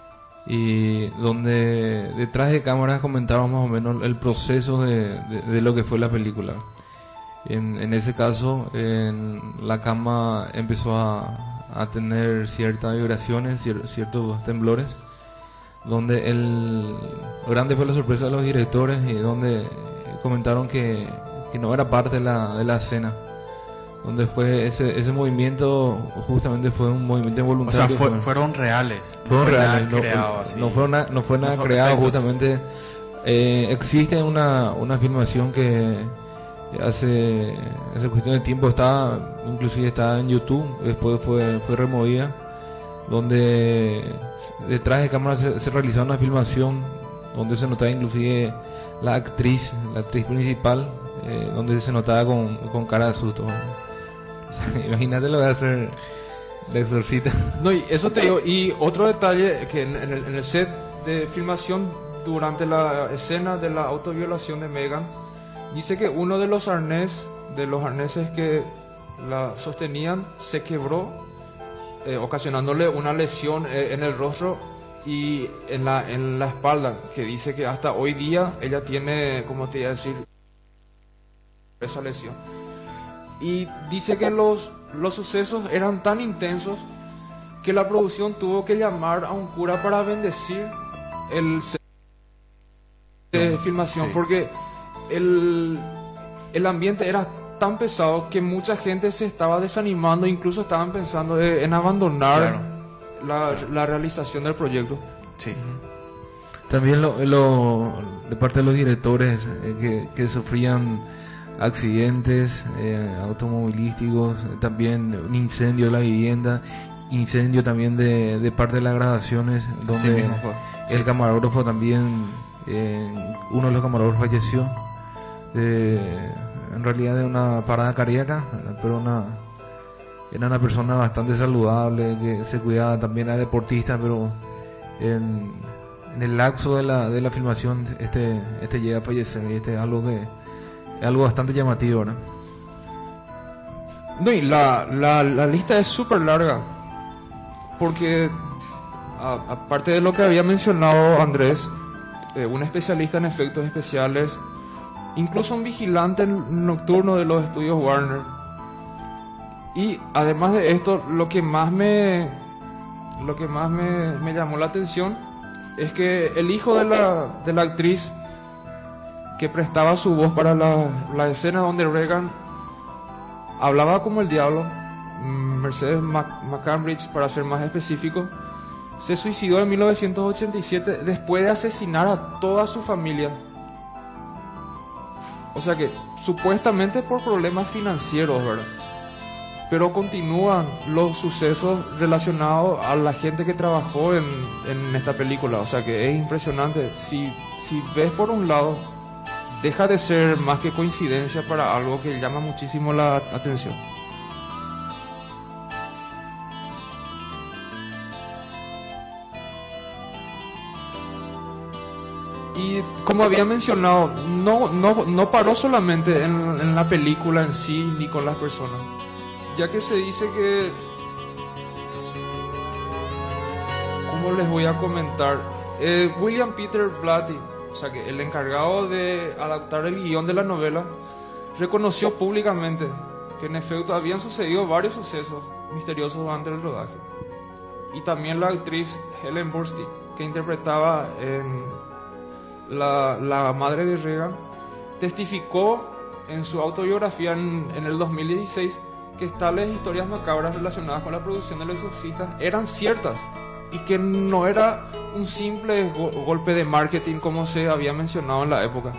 y donde detrás de cámaras comentaban más o menos el proceso de, de, de lo que fue la película. En, en ese caso, en la cama empezó a, a tener ciertas vibraciones, cier- ciertos temblores, donde el grande fue la sorpresa de los directores y donde comentaron que, que no era parte de la, de la escena, donde fue ese, ese movimiento justamente fue un movimiento O sea, involuntario. fue- fue- fueron reales. no fueron fue nada reales, no, creado así. no fue na- no fue nada No fueron creado, efectos. justamente eh, existe una, una filmación que hace, hace cuestión de tiempo está, inclusive está en YouTube, después fue, fue removida, donde detrás de cámara se, se realizó una filmación donde se notaba inclusive la actriz, la actriz principal, eh, donde se notaba con, con cara de susto. O sea, imagínate lo que va a hacer la exorcita. No, y eso te digo. Y otro detalle que en, en el, en el set de filmación durante la escena de la autoviolación de Megan, dice que uno de los arnés, de los arneses que la sostenían, se quebró, eh, ocasionándole una lesión eh, en el rostro y en la en la espalda, que dice que hasta hoy día ella tiene, como te iba a decir, esa lesión. Y dice que los los sucesos eran tan intensos que la producción tuvo que llamar a un cura para bendecir el set de filmación, Sí. porque el, el ambiente era tan pesado que mucha gente se estaba desanimando, incluso estaban pensando de- en abandonar la, la realización del proyecto. Sí. También lo, lo- de parte de los directores eh, que, que sufrían accidentes eh, automovilísticos, eh, también un incendio de la vivienda, incendio también de, de parte de las grabaciones, Así donde mismo fue. el camarógrafo también, eh, uno de los camarógrafos falleció, de- en realidad de una parada cardíaca, pero una era una persona bastante saludable, que se cuidaba, también era deportista, pero en, en el lapso de la, de la filmación este este llega a fallecer y este es algo que es algo bastante llamativo, ¿no? No, y la, la, la lista es súper larga, porque a- aparte de lo que había mencionado Andrés, eh, un especialista en efectos especiales, incluso un vigilante nocturno de los estudios Warner, y además de esto, lo que más me lo que más me, me llamó la atención es que el hijo de la, de la actriz que prestaba su voz para la, la escena donde Reagan hablaba como el diablo, mm, Mercedes Mac- McCambridge para ser más específico, se suicidó en mil novecientos ochenta y siete después de asesinar a toda su familia. O sea que supuestamente por problemas financieros, ¿verdad? Pero continúan los sucesos relacionados a la gente que trabajó en, en esta película. O sea que es impresionante. Si, si ves por un lado, deja de ser más que coincidencia para algo que llama muchísimo la atención. Y como había mencionado, no, no, no paró solamente en, en la película en sí ni con las personas, ya que se dice que, ¿cómo les voy a comentar? Eh, William Peter Blatty, o sea que el encargado de adaptar el guión de la novela, reconoció públicamente que en efecto habían sucedido varios sucesos misteriosos durante el rodaje. Y también la actriz Helen Burstyn, que interpretaba en la, la madre de Regan, testificó en su autobiografía en, en el dos mil dieciséis que tales historias macabras relacionadas con la producción de Los Exorcistas eran ciertas y que no era un simple go- golpe de marketing como se había mencionado en la época.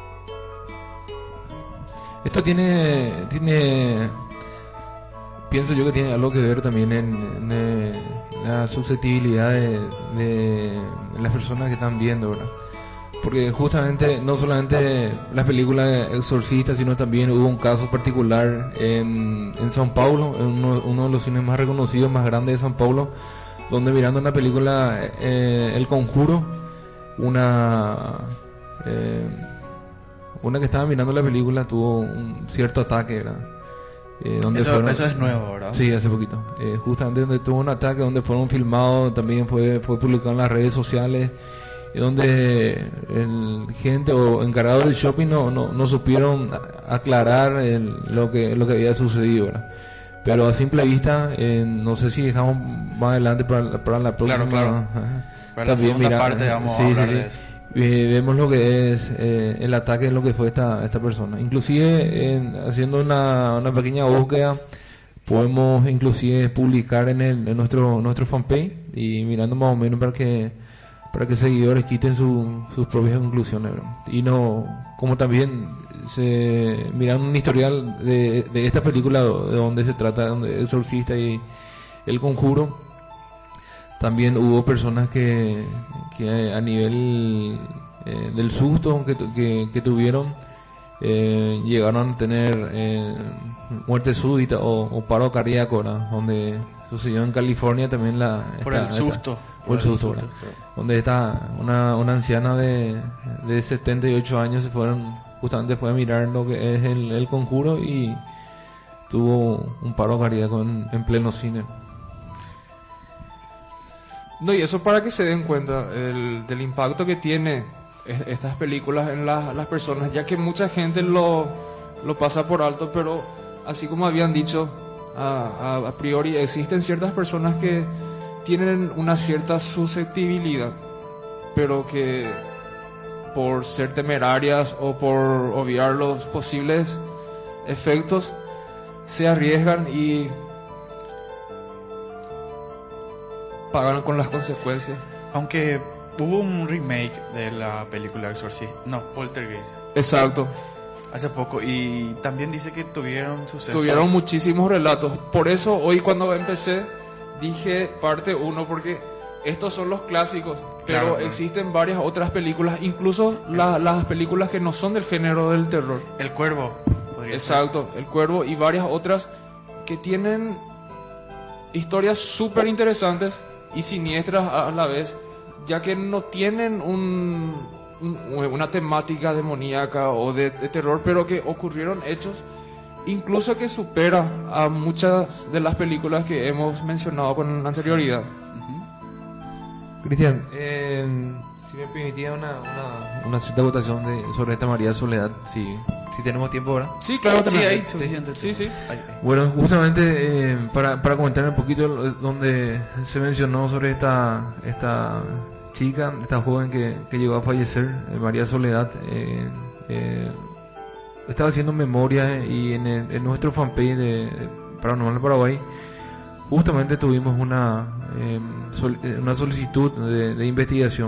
Esto tiene, tiene, pienso yo que tiene algo que ver también en, en, eh, la susceptibilidad de, de las personas que están viendo, ¿verdad? Porque justamente no solamente las películas de Exorcistas, sino también hubo un caso particular en, en São Paulo, en uno, uno de los cines más reconocidos, más grandes de São Paulo, donde mirando una película, eh, El Conjuro, una eh, una que estaba mirando la película tuvo un cierto ataque, ¿verdad? Eh, donde Eso, fueron, eso es nuevo, ¿verdad? Sí, hace poquito. Eh, justamente donde tuvo un ataque, donde fueron filmados, también fue fue publicado en las redes sociales, y donde el gente o encargado del shopping no no, no supieron aclarar el, lo que lo que había sucedido, ¿verdad? Pero a simple vista, eh, no sé si dejamos más adelante para, para la próxima. Claro, claro. Ajá. Para la segunda parte vamos sí, a hablar sí, de sí. eso. Eh, vemos lo que es eh, el ataque en lo que fue esta esta persona. Inclusive en, haciendo una, una pequeña búsqueda podemos inclusive publicar en el en nuestro nuestro fanpage y mirando más o menos para que para que seguidores quiten su, sus propias conclusiones, ¿verdad? Y no, como también se miran un historial de, de esta película de donde se trata de Exorcista y El Conjuro. También hubo personas que, que a nivel eh, del susto que, que, que tuvieron eh, llegaron a tener eh, muerte súbita o, o paro cardíaco, ¿verdad? Donde sucedió en California también la Por esta- el susto. esta- por el susto, ¿verdad? Donde está una, una anciana de, de setenta y ocho años se fueron justamente fue a mirar lo que es el, el Conjuro y tuvo un paro cardíaco en, en pleno cine. No, y eso para que se den cuenta el, del impacto que tiene es- estas películas en la- las personas, ya que mucha gente lo, lo pasa por alto, pero así como habían dicho a, a- a priori, existen ciertas personas que tienen una cierta susceptibilidad, pero que por ser temerarias o por obviar los posibles efectos se arriesgan y pagan con las consecuencias. Aunque hubo un remake de la película Exorcist, no, Poltergeist, Exacto. hace poco, y también dice que tuvieron sucesos. Tuvieron muchísimos relatos. Por eso hoy cuando empecé dije parte uno, porque estos son los clásicos, pero Claro, claro. existen varias otras películas, incluso la- las películas que no son del género del terror. El Cuervo. podría Exacto, El Cuervo y varias otras que tienen historias súper interesantes y siniestras a la vez, ya que no tienen un, un- una temática demoníaca o de, de terror, pero que ocurrieron hechos incluso que supera a muchas de las películas que hemos mencionado con anterioridad. Cristian, eh, si me permitía una, una, una cierta votación de, sobre esta María Soledad, si, si tenemos tiempo ahora. Sí, claro, ser. Sí, tenemos- hay suficiente. Sí, sí. Ay, ay. Bueno, justamente eh, para, para comentar un poquito lo- donde se mencionó sobre esta esta chica, esta joven que, que llegó a fallecer, eh, María Soledad, eh, eh, estaba haciendo memoria y en, el- en nuestro fanpage de Paranormal Paraguay justamente tuvimos una eh, sol- eh, una solicitud de, de investigación, ¿verdad?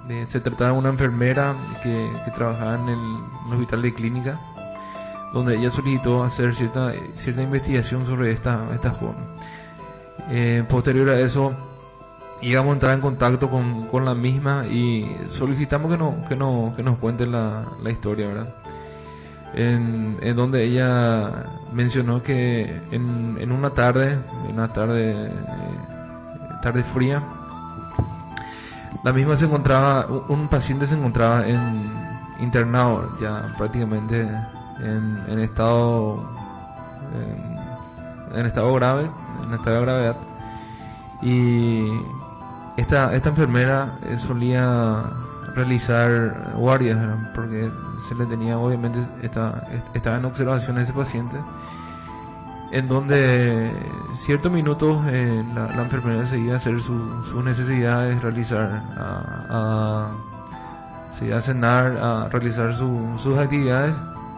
Eh, se trataba de una enfermera que, que trabajaba en el, en el hospital de clínica, donde ella solicitó hacer cierta, cierta investigación sobre esta, esta joven. Eh, posterior a eso, íbamos a entrar en contacto con, con la misma y solicitamos que, no, que, no, que nos cuente la, la historia, ¿verdad? En, en donde ella mencionó que en, en una tarde, una tarde, eh, tarde fría, la misma se encontraba, un paciente se encontraba en internado ya prácticamente en, en estado en, en estado grave, en estado de gravedad, y esta esta enfermera eh, solía realizar guardias, ¿verdad? Porque se le tenía, obviamente esta, estaba en observación a ese paciente, en donde ciertos minutos eh, la, la enfermera seguía a hacer su, sus necesidades, realizar a, a, seguía a cenar, a realizar su, sus actividades,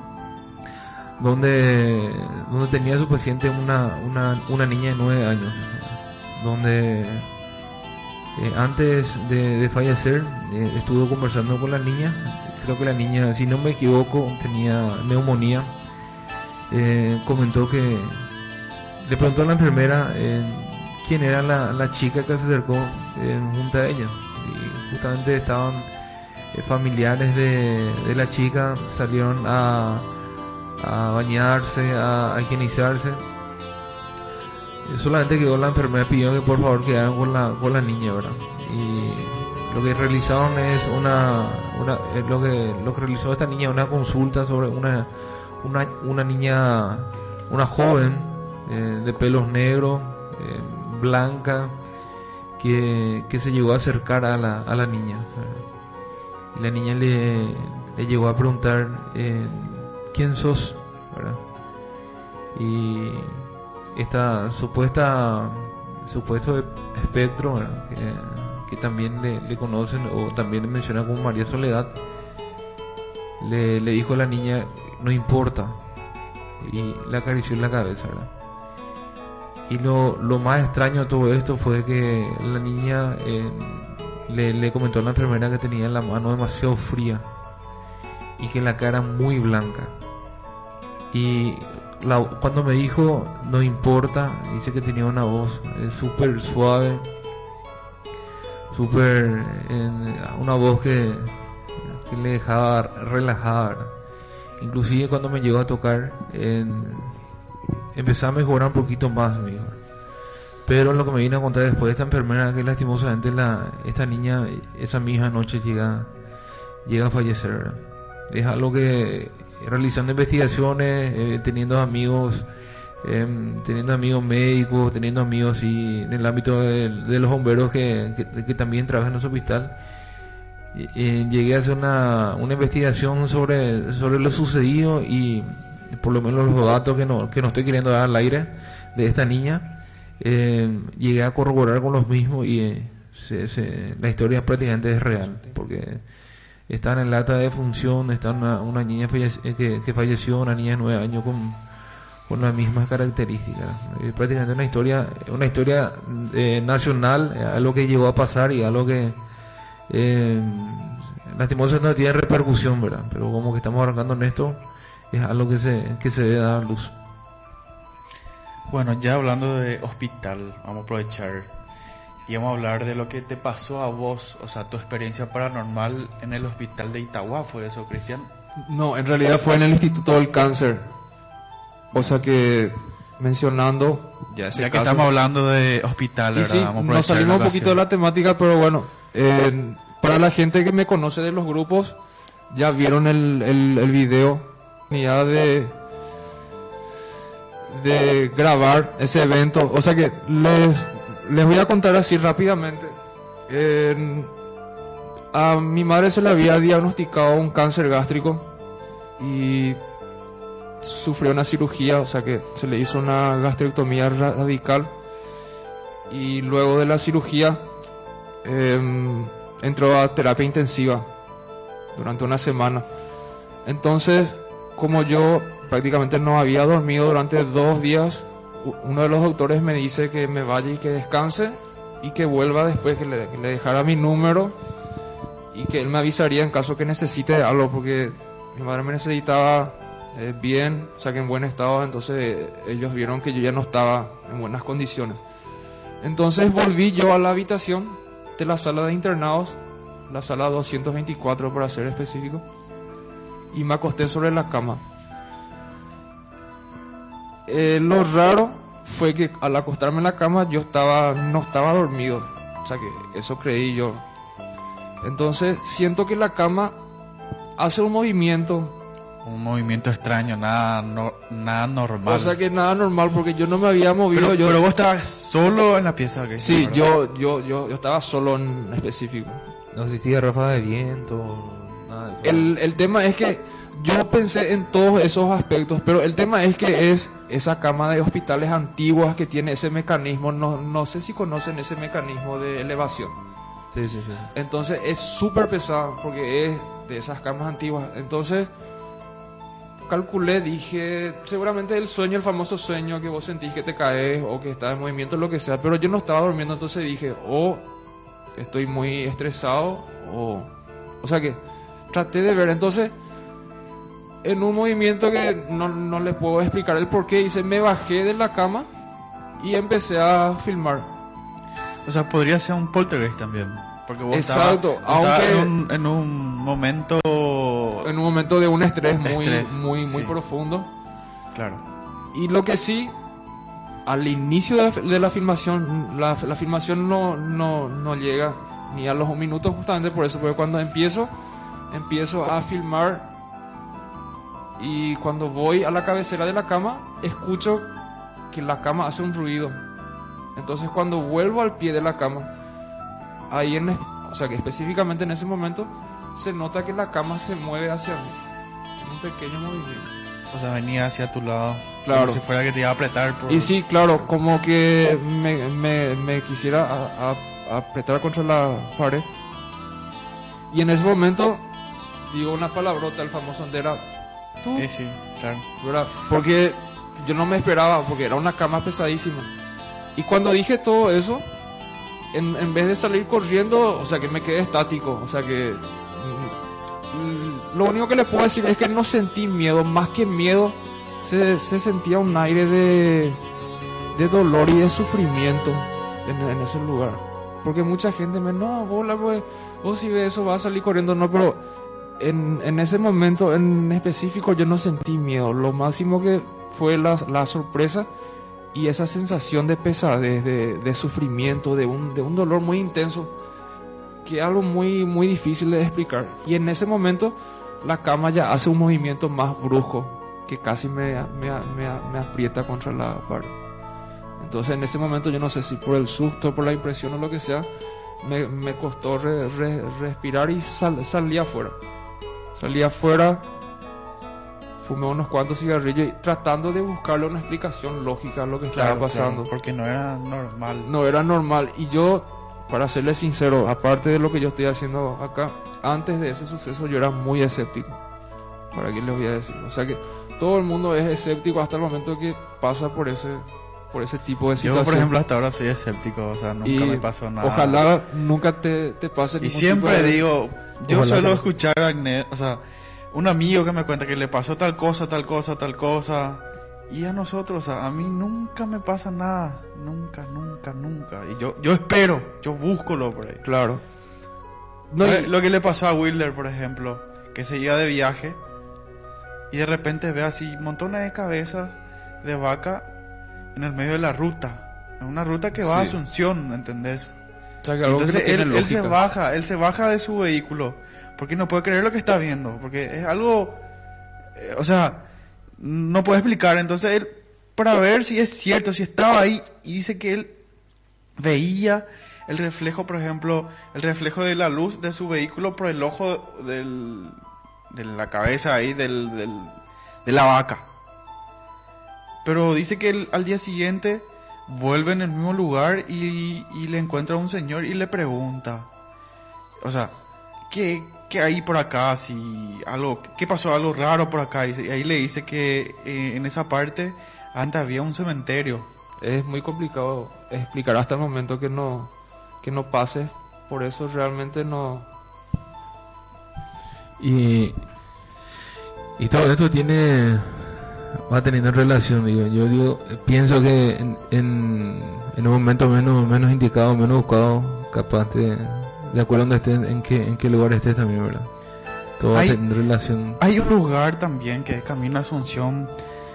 donde donde tenía a su paciente una, una, una niña de nueve años, donde eh, antes de, de fallecer eh, estuvo conversando con la niña. Creo que la niña, si no me equivoco, tenía neumonía. Eh, comentó que le preguntó a la enfermera eh, quién era la, la chica que se acercó eh, junto a ella, y justamente estaban eh, familiares de, de la chica, salieron a, a bañarse, a, a higienizarse. Eh, solamente quedó la enfermera, pidió que por favor quedaran con la, con la niña, ¿verdad? Y lo que realizaron es una, una eh, lo que lo que realizó esta niña, una consulta sobre una una, una niña, una joven eh, de pelos negros, eh, blanca, que, que se llegó a acercar a la, a la niña, ¿verdad? Y la niña le, le llegó a preguntar eh, ¿quién sos?, ¿verdad? Y esta supuesta supuesto espectro, ¿verdad?, que, que también le, le conocen o también le mencionan como María Soledad, le, le dijo a la niña no importa, y le acarició en la cabeza, ¿verdad? Y lo, lo más extraño de todo esto fue que la niña eh, le, le comentó a la enfermera que tenía la mano demasiado fría y que la cara muy blanca. Y la, cuando me dijo no importa, dice que tenía una voz eh, súper suave, súper eh, una voz que, que le dejaba relajada, ¿verdad? Inclusive cuando me llegó a tocar en, empecé a mejorar un poquito más, amigo. Pero lo que me vino a contar después de esta enfermera, que lastimosamente la, esta niña esa misma noche llega, llega a fallecer, ¿verdad? Es algo que realizando investigaciones, eh, teniendo amigos, eh, teniendo amigos médicos, teniendo amigos así en el ámbito de, de los bomberos que, que, que también trabajan en ese hospital, y, y llegué a hacer una, una investigación sobre, sobre lo sucedido, y por lo menos los datos que no, que no estoy queriendo dar al aire de esta niña, eh, llegué a corroborar con los mismos, y eh, se, se, la historia prácticamente es real, porque está en el acta de defunción, está una, una niña fallece, que, que falleció, una niña de nueve años con, con las mismas características. Eh, prácticamente una historia, una historia eh, nacional, eh, algo que llegó a pasar y algo que eh, lastimosamente no tiene repercusión, ¿verdad? Pero como que estamos arrancando en esto, es algo que se, que se debe dar a luz. Bueno, ya hablando de hospital, vamos a aprovechar y vamos a hablar de lo que te pasó a vos, o sea, tu experiencia paranormal en el hospital de Itagua. ¿Fue eso, Cristian? No, en realidad fue en el Instituto del Cáncer. O sea que, mencionando ya ese Ya que caso, estamos hablando de hospital, y ¿verdad? sí, Vamos a nos aprovechar salimos la un poquito de ocasión. la temática, pero bueno, eh, para la gente que me conoce de los grupos, ya vieron el, el, el video ya de de grabar ese evento. O sea que les, les voy a contar así rápidamente. Eh, a mi madre se le había diagnosticado un cáncer gástrico y sufrió una cirugía, o sea que se le hizo una gastrectomía radical, y luego de la cirugía eh, entró a terapia intensiva durante una semana. Entonces, como yo prácticamente no había dormido durante dos días, uno de los doctores me dice que me vaya y que descanse y que vuelva después, que le, que le dejara mi número y que él me avisaría en caso que necesite algo, porque mi madre me necesitaba eh, bien, o sea que en buen estado, entonces eh, ellos vieron que yo ya no estaba en buenas condiciones. Entonces volví yo a la habitación de la sala de internados, la sala doscientos veinticuatro para ser específico, y me acosté sobre la cama. Eh, lo raro fue que al acostarme en la cama yo estaba no estaba dormido, o sea que eso creí yo. Entonces siento que la cama hace un movimiento, Un movimiento extraño, nada, no, nada normal. o sea que nada normal, porque yo no me había movido. pero, yo, pero vos estabas solo en la pieza. ¿Qué? sí, ¿verdad? yo, yo, yo, yo estaba solo en específico. No existía ráfaga de viento, nada de eso. El, el tema es que yo pensé en todos esos aspectos, pero el tema es que es esa cama de hospitales antiguas que tiene ese mecanismo, no, no sé si conocen ese mecanismo de elevación. Sí, sí, sí. Entonces es súper pesado porque es de esas camas antiguas. Entonces calculé, dije, seguramente el sueño, el famoso sueño que vos sentís que te caes o que estás en movimiento, lo que sea, pero yo no estaba durmiendo, entonces dije, o estoy muy estresado o... O sea que traté de ver, entonces en un movimiento que no, no les puedo explicar el por qué, hice, me bajé de la cama y empecé a filmar. O sea, podría ser un poltergeist también. Porque vos Exacto, estabas, vos estabas aunque- en, un, en un momento... En un momento de un estrés De muy, estrés, muy, muy sí. profundo. Claro. Y lo que sí, al inicio de la, de la filmación, la, la filmación no, no, no llega ni a los un minuto, justamente por eso, porque cuando empiezo, empiezo a filmar y cuando voy a la cabecera de la cama, escucho que la cama hace un ruido. Entonces cuando vuelvo al pie de la cama, ahí en, o sea que específicamente en ese momento, se nota que la cama se mueve hacia mí, en un pequeño movimiento. O sea, venía hacia tu lado. Claro. Como si fuera que te iba a apretar. Por... Y sí, claro, como que me, me, me quisiera a- a- apretar contra la pared. Y en ese momento digo una palabrota, el famoso Andera, tú, Sí, sí, claro. ¿verdad? Porque yo no me esperaba, porque era una cama pesadísima. Y cuando dije todo eso, en, en vez de salir corriendo, o sea que me quedé estático, o sea que... mm, Lo único que le puedo decir es que no sentí miedo, más que miedo, se, se sentía un aire de, de dolor y de sufrimiento en, en ese lugar. Porque mucha gente me, no, bola, pues, vos si ves eso vas a salir corriendo, no, pero en, en ese momento en específico yo no sentí miedo. Lo máximo que fue la, la sorpresa y esa sensación de pesadez, de, de sufrimiento, de un, de un dolor muy intenso, que es algo muy, muy difícil de explicar. Y en ese momento la cama ya hace un movimiento más brusco que casi me, me, me, me aprieta contra la pared. Entonces en ese momento yo no sé si por el susto, por la impresión o lo que sea, me, me costó re- re- respirar y sal, salí afuera. Salí afuera, fumé unos cuantos cigarrillos y tratando de buscarle una explicación lógica a lo que Claro, estaba pasando. claro, porque no era normal. No era normal. Y yo, para serles sincero, aparte de lo que yo estoy haciendo acá, antes de ese suceso yo era muy escéptico. ¿Para qué les voy a decir? O sea que todo el mundo es escéptico hasta el momento que pasa por ese, por ese tipo de Yo, situación. por ejemplo, hasta ahora soy escéptico. O sea, nunca Y me pasó nada. Ojalá nunca te, te pase Y ningún siempre tipo de- digo, yo Ojalá suelo que no. escuchar a Agnes, o sea, un amigo que me cuenta que le pasó tal cosa, tal cosa, tal cosa. Y a nosotros, o sea, a mí nunca me pasa nada. Nunca, nunca, nunca. Y yo, yo espero, yo busco lo por ahí. Claro. No, Eh, y- Lo que le pasó a Wilder, por ejemplo, que se iba de viaje y de repente ve así montones de cabezas de vaca en el medio de la ruta. En una ruta que va a Sí. Asunción, ¿entendés? o sea, que algo que Entonces no tiene él, él se lógica. baja, él se baja de su vehículo porque no puede creer lo que está viendo, porque es algo, eh, o sea, no puede explicar. Entonces él, para ver si es cierto, si estaba ahí, y dice que él veía el reflejo, por ejemplo, el reflejo de la luz de su vehículo por el ojo del, de la cabeza ahí del, del, de la vaca. Pero dice que él, al día siguiente vuelve en el mismo lugar y, y le encuentra a un señor y le pregunta, o sea, ¿qué, qué hay por acá? Si algo, ¿qué pasó? Algo raro por acá. Y se- y ahí le dice que eh, en esa parte antes había un cementerio. Es muy complicado explicar hasta el momento que no, que no pase. Por eso realmente no, Y, y todo esto tiene, va teniendo relación, digo. Yo digo, pienso que en, en, en un momento menos, menos indicado, menos buscado, capaz de, de acuerdo a donde estés, en qué, en qué lugar estés también, ¿verdad? Todo Hay- va teniendo relación. Hay un lugar también que es Camino Asunción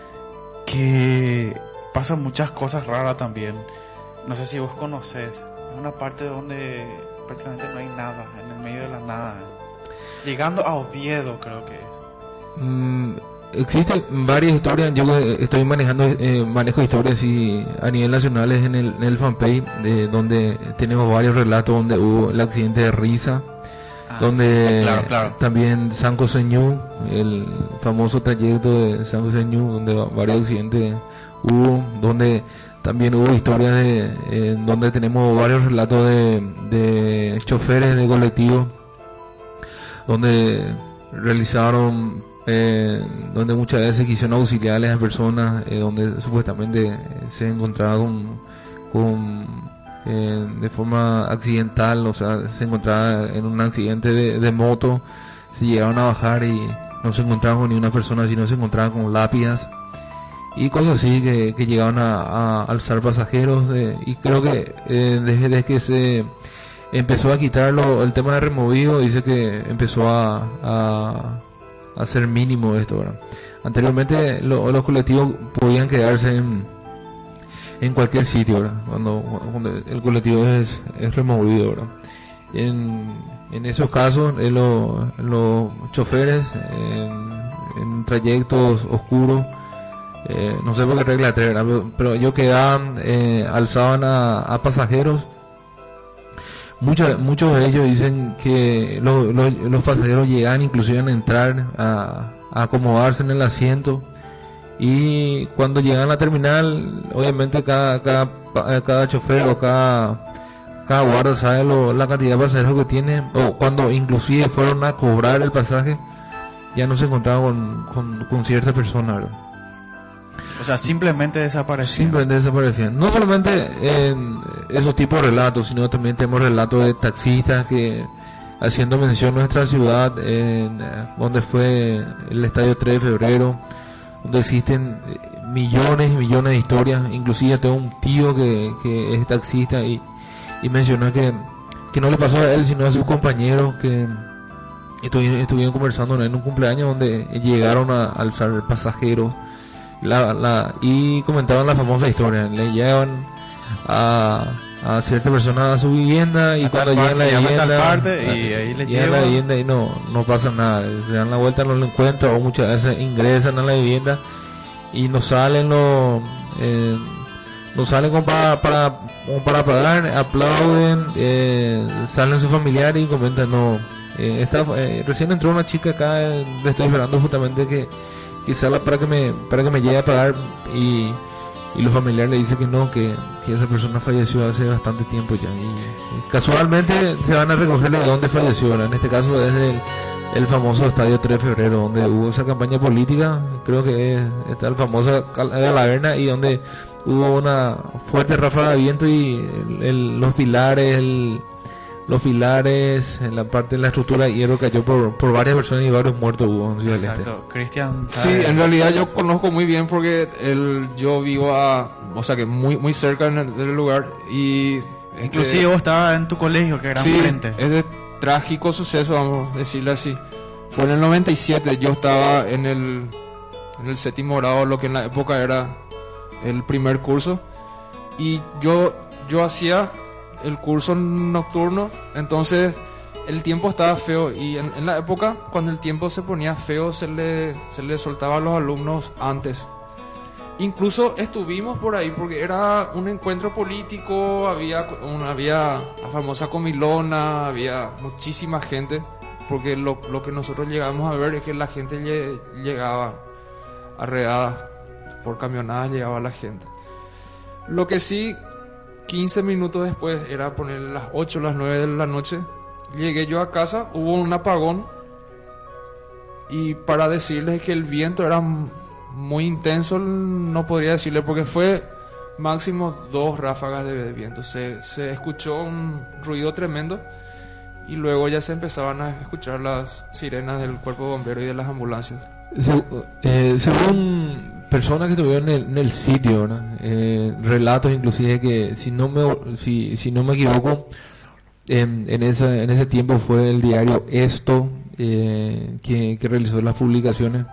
que pasan muchas cosas raras también. No sé si vos conoces. Es una parte donde prácticamente no hay nada, en el medio de la nada. Llegando a Oviedo, creo que es. Mm, existen varias historias. Yo eh, estoy manejando, eh, manejo historias y a nivel nacional es en el, en el fanpage, de donde tenemos varios relatos donde hubo el accidente de Risa, Ah, donde sí, sí, claro, claro. también San Joseñú, el famoso trayecto de San Joseñú, donde varios accidentes hubo, donde también hubo historias de, eh, donde tenemos varios relatos de, de choferes de colectivos, donde realizaron, eh, donde muchas veces quisieron auxiliar a las personas, eh, donde supuestamente eh, se encontraba con, con eh, de forma accidental, o sea, se encontraba en un accidente de, de moto, se llegaron a bajar y no se encontraban con ni una persona, sino se encontraban con lápidas y cosas así que, que llegaban a, a alzar pasajeros, de- y creo que eh, desde, desde que se empezó a quitarlo el tema de removido, dice que empezó a, a, a ser mínimo esto, ¿verdad? Anteriormente lo- los colectivos podían quedarse en en cualquier sitio, ¿verdad? Cuando, cuando el colectivo es, es removido, ¿verdad? En, en esos casos, eh, lo- los choferes en, en trayectos oscuros, eh, no sé por qué regla tres, ¿verdad? Pero, pero ellos quedaban, eh, alzaban a, a pasajeros. Muchos, muchos de ellos dicen que lo- lo- los pasajeros llegan inclusive a entrar a, a acomodarse en el asiento, y cuando llegan a la terminal, obviamente cada cada, pa- cada chofer o cada cada guardia sabe lo- la cantidad de pasajeros que tiene, o cuando inclusive fueron a cobrar el pasaje ya no se encontraban con, con, con cierta persona, ¿verdad? O sea, simplemente desapareció. Simplemente desaparecían. No solamente en esos tipos de relatos, sino también tenemos relatos de taxistas que, haciendo mención a nuestra ciudad, en, eh, donde fue el estadio tres de febrero, donde existen eh, millones y millones de historias. Inclusive tengo un tío que, que es taxista y, y mencionó que, que no le pasó a él, sino a sus compañeros que estuvieron, estuvieron conversando en un cumpleaños donde llegaron a alzar pasajeros. La, la, y comentaban la famosa historia, le llevan a, a cierta persona a su vivienda y A cuando tal llegan a la parte, llama a tal vivienda, parte y a- ahí le llegan a la lleva. vivienda y no, no pasa nada, le dan la vuelta, no lo encuentran, o muchas veces ingresan a la vivienda y no salen, no, eh, no salen como para, para, como para pagar, aplauden, eh, salen sus familiares y comentan, no, eh, esta, eh, recién entró una chica acá, eh, le estoy esperando justamente que que salga para que me para que me llegue a pagar, y, y los familiares le dicen que no, que, que esa persona falleció hace bastante tiempo ya, y, y casualmente se van a recogerle de dónde falleció, ¿verdad? En este caso desde el, el famoso estadio tres de febrero, donde hubo esa campaña política, creo que es, está el famoso Cal- Galaverna, y donde hubo una fuerte ráfaga de viento y el- el- los pilares el, los pilares en la parte de la estructura de hierro cayó por, por varias personas y varios muertos hubo en Ciudad del Este. Exacto. Cristian. Sí, ¿sabe? en realidad yo conozco muy bien porque el, yo vivo a, o sea que muy muy cerca en el, del lugar, y este, Inclusive vos estabas en tu colegio, que era sí, enfrente. es de trágico suceso, vamos a decirle así. Fue en el noventa y siete, yo estaba en el en el séptimo grado, lo que en la época era el primer curso, y yo yo hacía el curso nocturno, entonces el tiempo estaba feo, y en, en la época cuando el tiempo se ponía feo se le, se le soltaba a los alumnos antes. Incluso estuvimos por ahí porque era un encuentro político, había, una, había la famosa comilona, había muchísima gente, porque lo, lo que nosotros llegamos a ver es que la gente lle- llegaba arreada, por camionadas llegaba la gente. Lo que sí, quince minutos después, era poner las ocho, las nueve de la noche, llegué yo a casa, hubo un apagón, y para decirles que el viento era m- muy intenso, no podría decirle, porque fue máximo dos ráfagas de viento, se, se escuchó un ruido tremendo, y luego ya se empezaban a escuchar las sirenas del cuerpo bombero y de las ambulancias. Se- eh, según personas que estuvieron en el, en el sitio, ¿verdad? Eh, relatos inclusive que si no me si, si no me equivoco, en, en esa en ese tiempo fue el diario Esto eh, que, que realizó las publicaciones,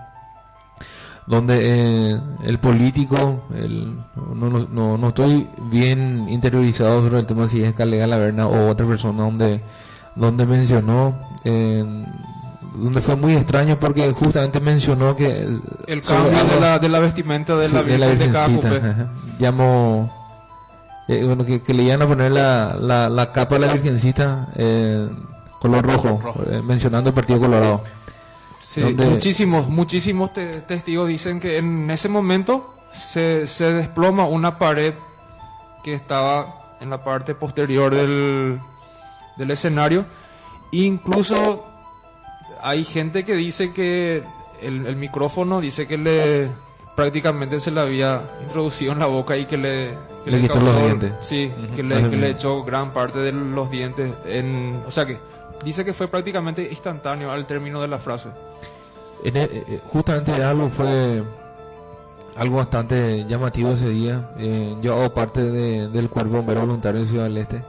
donde eh, el político, el, no, no, no, no estoy bien interiorizado sobre el tema si es Calega Laverna o otra persona, donde donde mencionó eh, donde fue muy extraño porque justamente mencionó que El sobre cambio algo- de la, de la vestimenta de sí, la de la Virgen de cada Virgencita, cupé. ajá. Llamó eh, bueno, que, que le iban a poner la, la, la capa de la Virgencita eh, color rojo, eh, mencionando el Partido Colorado. Sí, donde- muchísimos, muchísimos te- testigos dicen que en ese momento se, se desploma una pared que estaba en la parte posterior del, del escenario. Incluso hay gente que dice que el, el micrófono dice que le prácticamente se le había introducido en la boca y que le, que Le quitó los dientes. Sí, Ujú. que, le, Así que le mismo. echó gran parte de los dientes. En, o sea que dice que fue prácticamente instantáneo al término de la frase. En el- eh, justamente algo fue algo bastante llamativo ese día. Eh, yo hago parte de- del Cuerpo Bombero Voluntario de Ciudad del Este,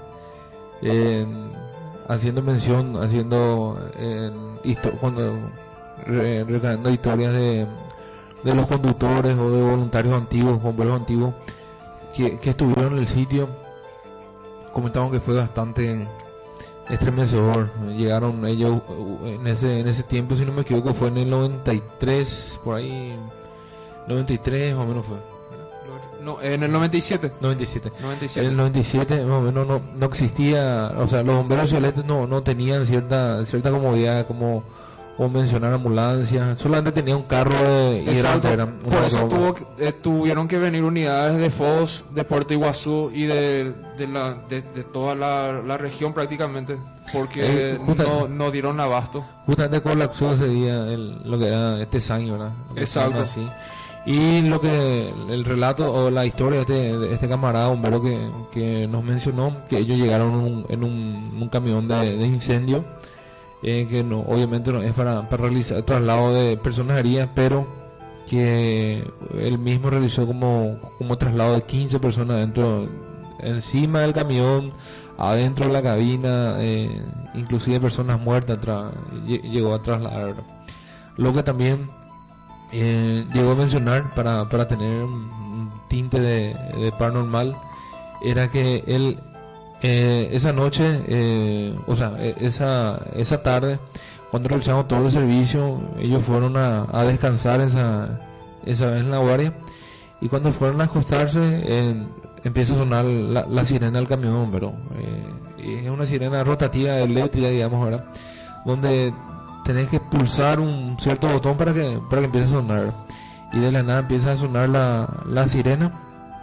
eh, haciendo mención, haciendo eh, histo- cuando re- recabando historias de, de los conductores o de voluntarios antiguos, bomberos antiguos que, que estuvieron en el sitio. Comentamos que fue bastante estremecedor. Llegaron ellos uh, en ese en ese tiempo, si no me equivoco, fue en el noventa y tres, por ahí, noventa y tres más o menos fue, No, en el noventa y siete. noventa y siete. noventa y En siete. el noventa y siete más o menos no, no existía, o sea, los bomberos violetas no, no tenían cierta cierta comodidad como, como mencionar ambulancia, solamente tenía un carro de, y era- Exacto. era un Por eso carro- tuvo, que- eh, tuvieron que venir unidades de F O S, de Puerto Iguazú y de, de, la, de, de toda la, la región prácticamente, porque Eh, justa- no, no dieron abasto. Justamente colapsó ese día el, lo que era este año, ¿verdad? Lo que Exacto. se llama así. Y lo que el relato o la historia de este, de este camarada bombero que, que nos mencionó, que ellos llegaron en un, en un, un camión de, de incendio, eh, que no, obviamente no es para, para realizar el traslado de personas heridas, pero que él mismo realizó como, como traslado de quince personas dentro, encima del camión, adentro de la cabina, eh, inclusive personas muertas tra- lle- llegó a trasladar, ¿verdad? Lo que también eh, llegó a mencionar para, para tener un, un tinte de, de paranormal era que él eh, esa noche, eh, o sea, e- esa, esa tarde, cuando realizaron todo el servicio, ellos fueron a, a descansar esa, esa vez en la guardia, y cuando fueron a acostarse, eh, empieza a sonar la, la sirena del camión, pero eh, es una sirena rotativa eléctrica, digamos, ¿verdad? Donde tenés que pulsar un cierto botón para que para que empiece a sonar, y de la nada empieza a sonar la, la sirena,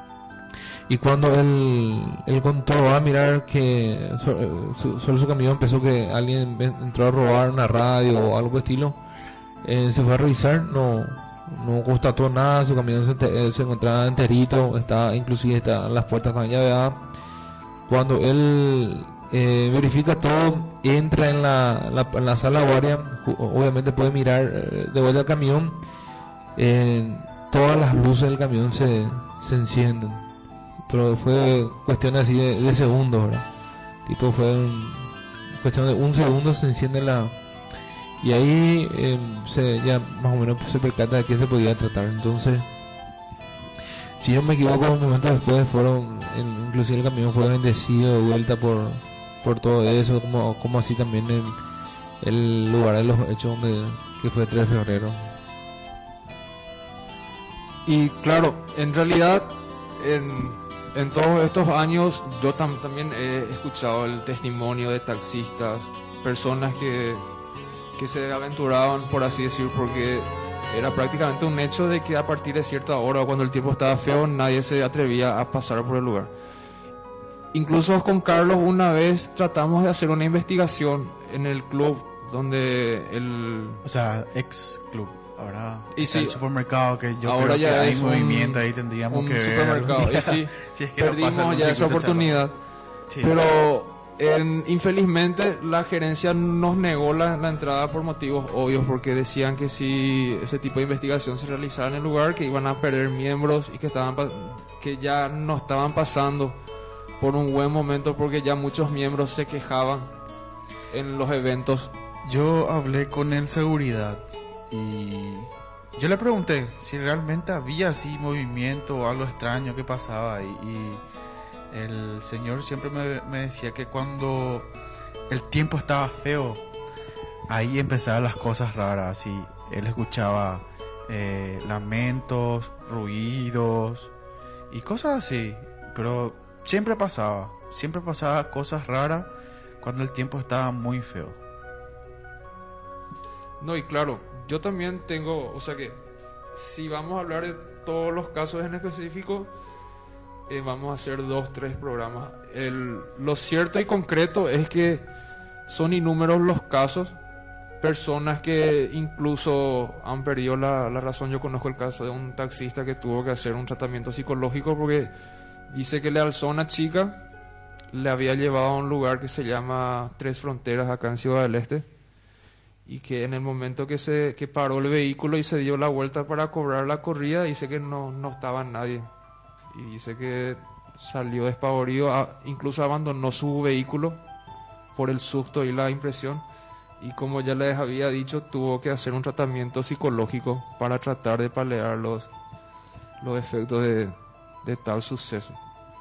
y cuando él, él controló va a mirar que so- su- sobre su camión empezó que alguien en- entró a robar una radio o algo estilo, eh, se fue a revisar, no no constató nada, su camión se, ente- eh, se encontraba enterito, está, inclusive está, las puertas estaban llaveadas. Cuando él eh, verifica todo, entra en la, la, en la sala guardia, ju- obviamente puede mirar eh, de vuelta al camión, eh, todas las luces del camión se, se encienden, pero fue cuestión así de, de segundos, ¿verdad? Tipo fue un- cuestión de un segundo se enciende la, y ahí eh, se, ya más o menos se percata de qué se podía tratar. Entonces, si no me equivoco, un momento después fueron, el- inclusive el camión fue bendecido de vuelta por, por todo eso, como, como así también el, el lugar de los hechos donde, que fue tres de febrero. Y claro, en realidad, en, en todos estos años, yo tam- también he escuchado el testimonio de taxistas, personas que, que se aventuraban, por así decir, porque era prácticamente un hecho de que a partir de cierta hora, cuando el tiempo estaba feo, nadie se atrevía a pasar por el lugar. Incluso con Carlos una vez tratamos de hacer una investigación en el club donde el... O sea, ex club. Ahora Y está sí, el supermercado, que yo ahora creo ya que hay es un- movimiento ahí, tendríamos un que ver supermercado. algún día. Y sí, Si es que no pasa perdimos algún ya esa circuito cerrado. oportunidad. Sí. Pero En- infelizmente la gerencia nos negó la, la entrada por motivos obvios, porque decían que si ese tipo de investigación se realizaba en el lugar, que iban a perder miembros y que estaban pa- que ya no estaban pasando por un buen momento, porque ya muchos miembros se quejaban en los eventos. Yo hablé con el seguridad y yo le pregunté si realmente había así movimiento o algo extraño que pasaba, y, y el señor siempre me, me decía que cuando el tiempo estaba feo, ahí empezaban las cosas raras, y él escuchaba eh, lamentos, ruidos y cosas así, pero siempre pasaba, siempre pasaba cosas raras cuando el tiempo estaba muy feo. No, y claro, yo también tengo, o sea que si vamos a hablar de todos los casos en específico, eh, vamos a hacer dos, tres programas. El, lo cierto y concreto es que son innúmeros los casos, personas que incluso han perdido la, la razón. Yo conozco el caso de un taxista que tuvo que hacer un tratamiento psicológico porque dice que le alzó a una chica, le había llevado a un lugar que se llama Tres Fronteras acá en Ciudad del Este, y que en el momento que se que paró el vehículo y se dio la vuelta para cobrar la corrida, dice que no, no estaba nadie, y dice que salió despavorido, a- incluso abandonó su vehículo por el susto y la impresión, y como ya les había dicho, tuvo que hacer un tratamiento psicológico para tratar de paliar los, los efectos de, de tal suceso.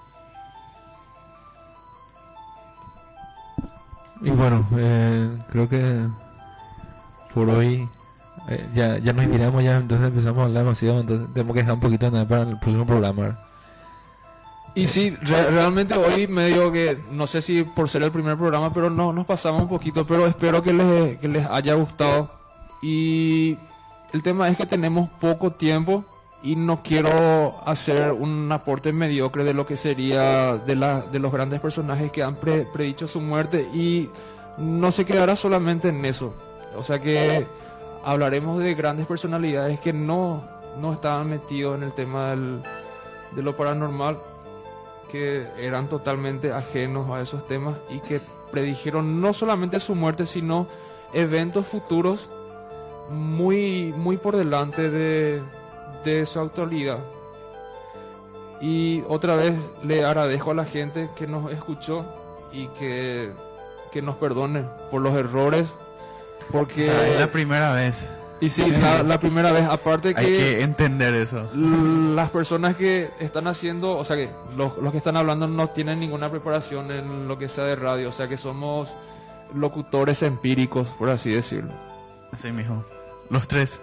Y bueno, eh, creo que por hoy eh, ya, ya nos inspiramos, ya entonces empezamos a hablar demasiado, entonces tenemos que dejar un poquito nada para el próximo programa. ¿Verdad? Y sí, re- realmente hoy medio que, no sé si por ser el primer programa, pero no, nos pasamos un poquito, pero espero que les, que les haya gustado. Y el tema es que tenemos poco tiempo y no quiero hacer un aporte mediocre de lo que sería de, la, de los grandes personajes que han pre- predicho su muerte, y no se quedará solamente en eso. O sea que hablaremos de grandes personalidades que no, no estaban metidos en el tema del, de lo paranormal, que eran totalmente ajenos a esos temas y que predijeron no solamente su muerte, sino eventos futuros muy, muy por delante de, de su actualidad. Y otra vez le agradezco a la gente que nos escuchó y que, que nos perdone por los errores, porque O sea, es la primera vez. y sí, la, la primera vez, aparte Hay que entender eso. las personas que están haciendo, o sea que los, los que están hablando no tienen ninguna preparación en lo que sea de radio, o sea que somos locutores empíricos, por así decirlo. Así mismo. Los tres.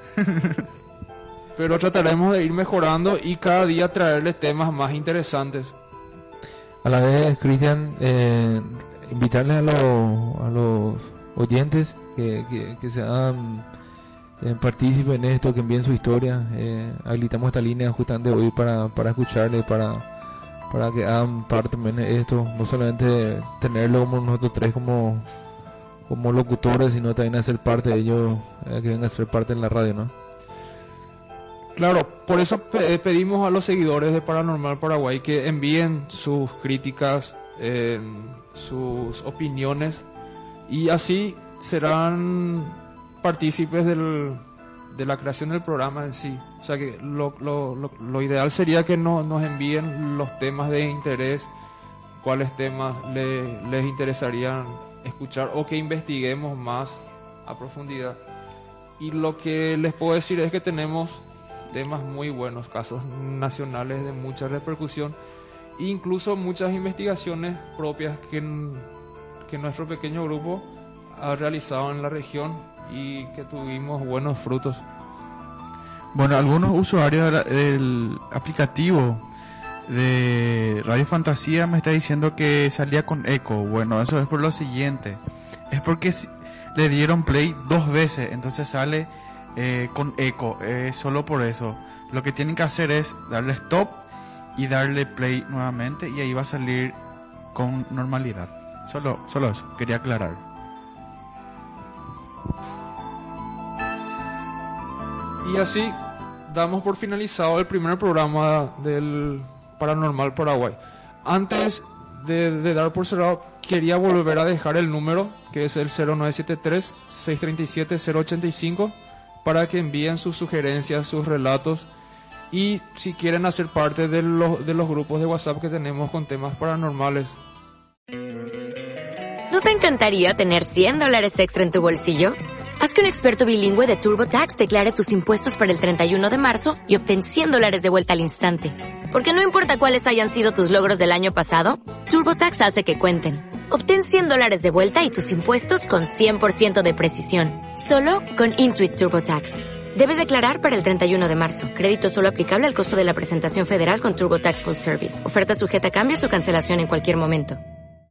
Pero trataremos de ir mejorando y cada día traerles temas más interesantes. A la vez, Cristian, eh, invitarles a, los a los oyentes que, que, que sean eh, partícipes en esto, que envíen su historia. Eh, habilitamos esta línea justamente hoy para, para escucharles, para, para que hagan parte también de esto, no solamente tenerlo como nosotros tres como, como locutores, sino también hacer parte de ellos, eh, que vengan a ser parte en la radio, ¿no? Claro, por eso pe- pedimos a los seguidores de Paranormal Paraguay que envíen sus críticas, eh, sus opiniones, y así serán partícipes del, de la creación del programa en sí. O sea que lo, lo, lo, lo ideal sería que no, nos envíen los temas de interés, cuáles temas le- les interesarían escuchar o que investiguemos más a profundidad. Y lo que les puedo decir es que tenemos temas muy buenos, casos nacionales de mucha repercusión, e incluso muchas investigaciones propias que, n- que nuestro pequeño grupo ha realizado en la región y que tuvimos buenos frutos. Bueno, algunos usuarios de la- del aplicativo de Radio Fantasía me está diciendo que salía con eco. Bueno, eso es por lo siguiente. Es porque si- le dieron play dos veces, entonces sale eh, con eco. Eh, solo por eso. Lo que tienen que hacer es darle stop y darle play nuevamente, y ahí va a salir con normalidad. Solo, solo eso, quería aclarar. Y así damos por finalizado el primer programa del Paranormal Paraguay. Antes de, de dar por cerrado, quería volver a dejar el número, que es el cero nueve siete tres, seis tres siete, cero ocho cinco, para que envíen sus sugerencias, sus relatos, y si quieren hacer parte de los, de los grupos de WhatsApp que tenemos con temas paranormales. ¿No te encantaría tener cien dólares extra en tu bolsillo? Haz que un experto bilingüe de TurboTax declare tus impuestos para el treinta y uno de marzo y obtén cien dólares de vuelta al instante. Porque no importa cuáles hayan sido tus logros del año pasado, TurboTax hace que cuenten. Obtén cien dólares de vuelta y tus impuestos con cien por ciento de precisión. Solo con Intuit TurboTax. Debes declarar para el treinta y uno de marzo. Crédito solo aplicable al costo de la presentación federal con TurboTax Full Service. Oferta sujeta a cambios o cancelación en cualquier momento.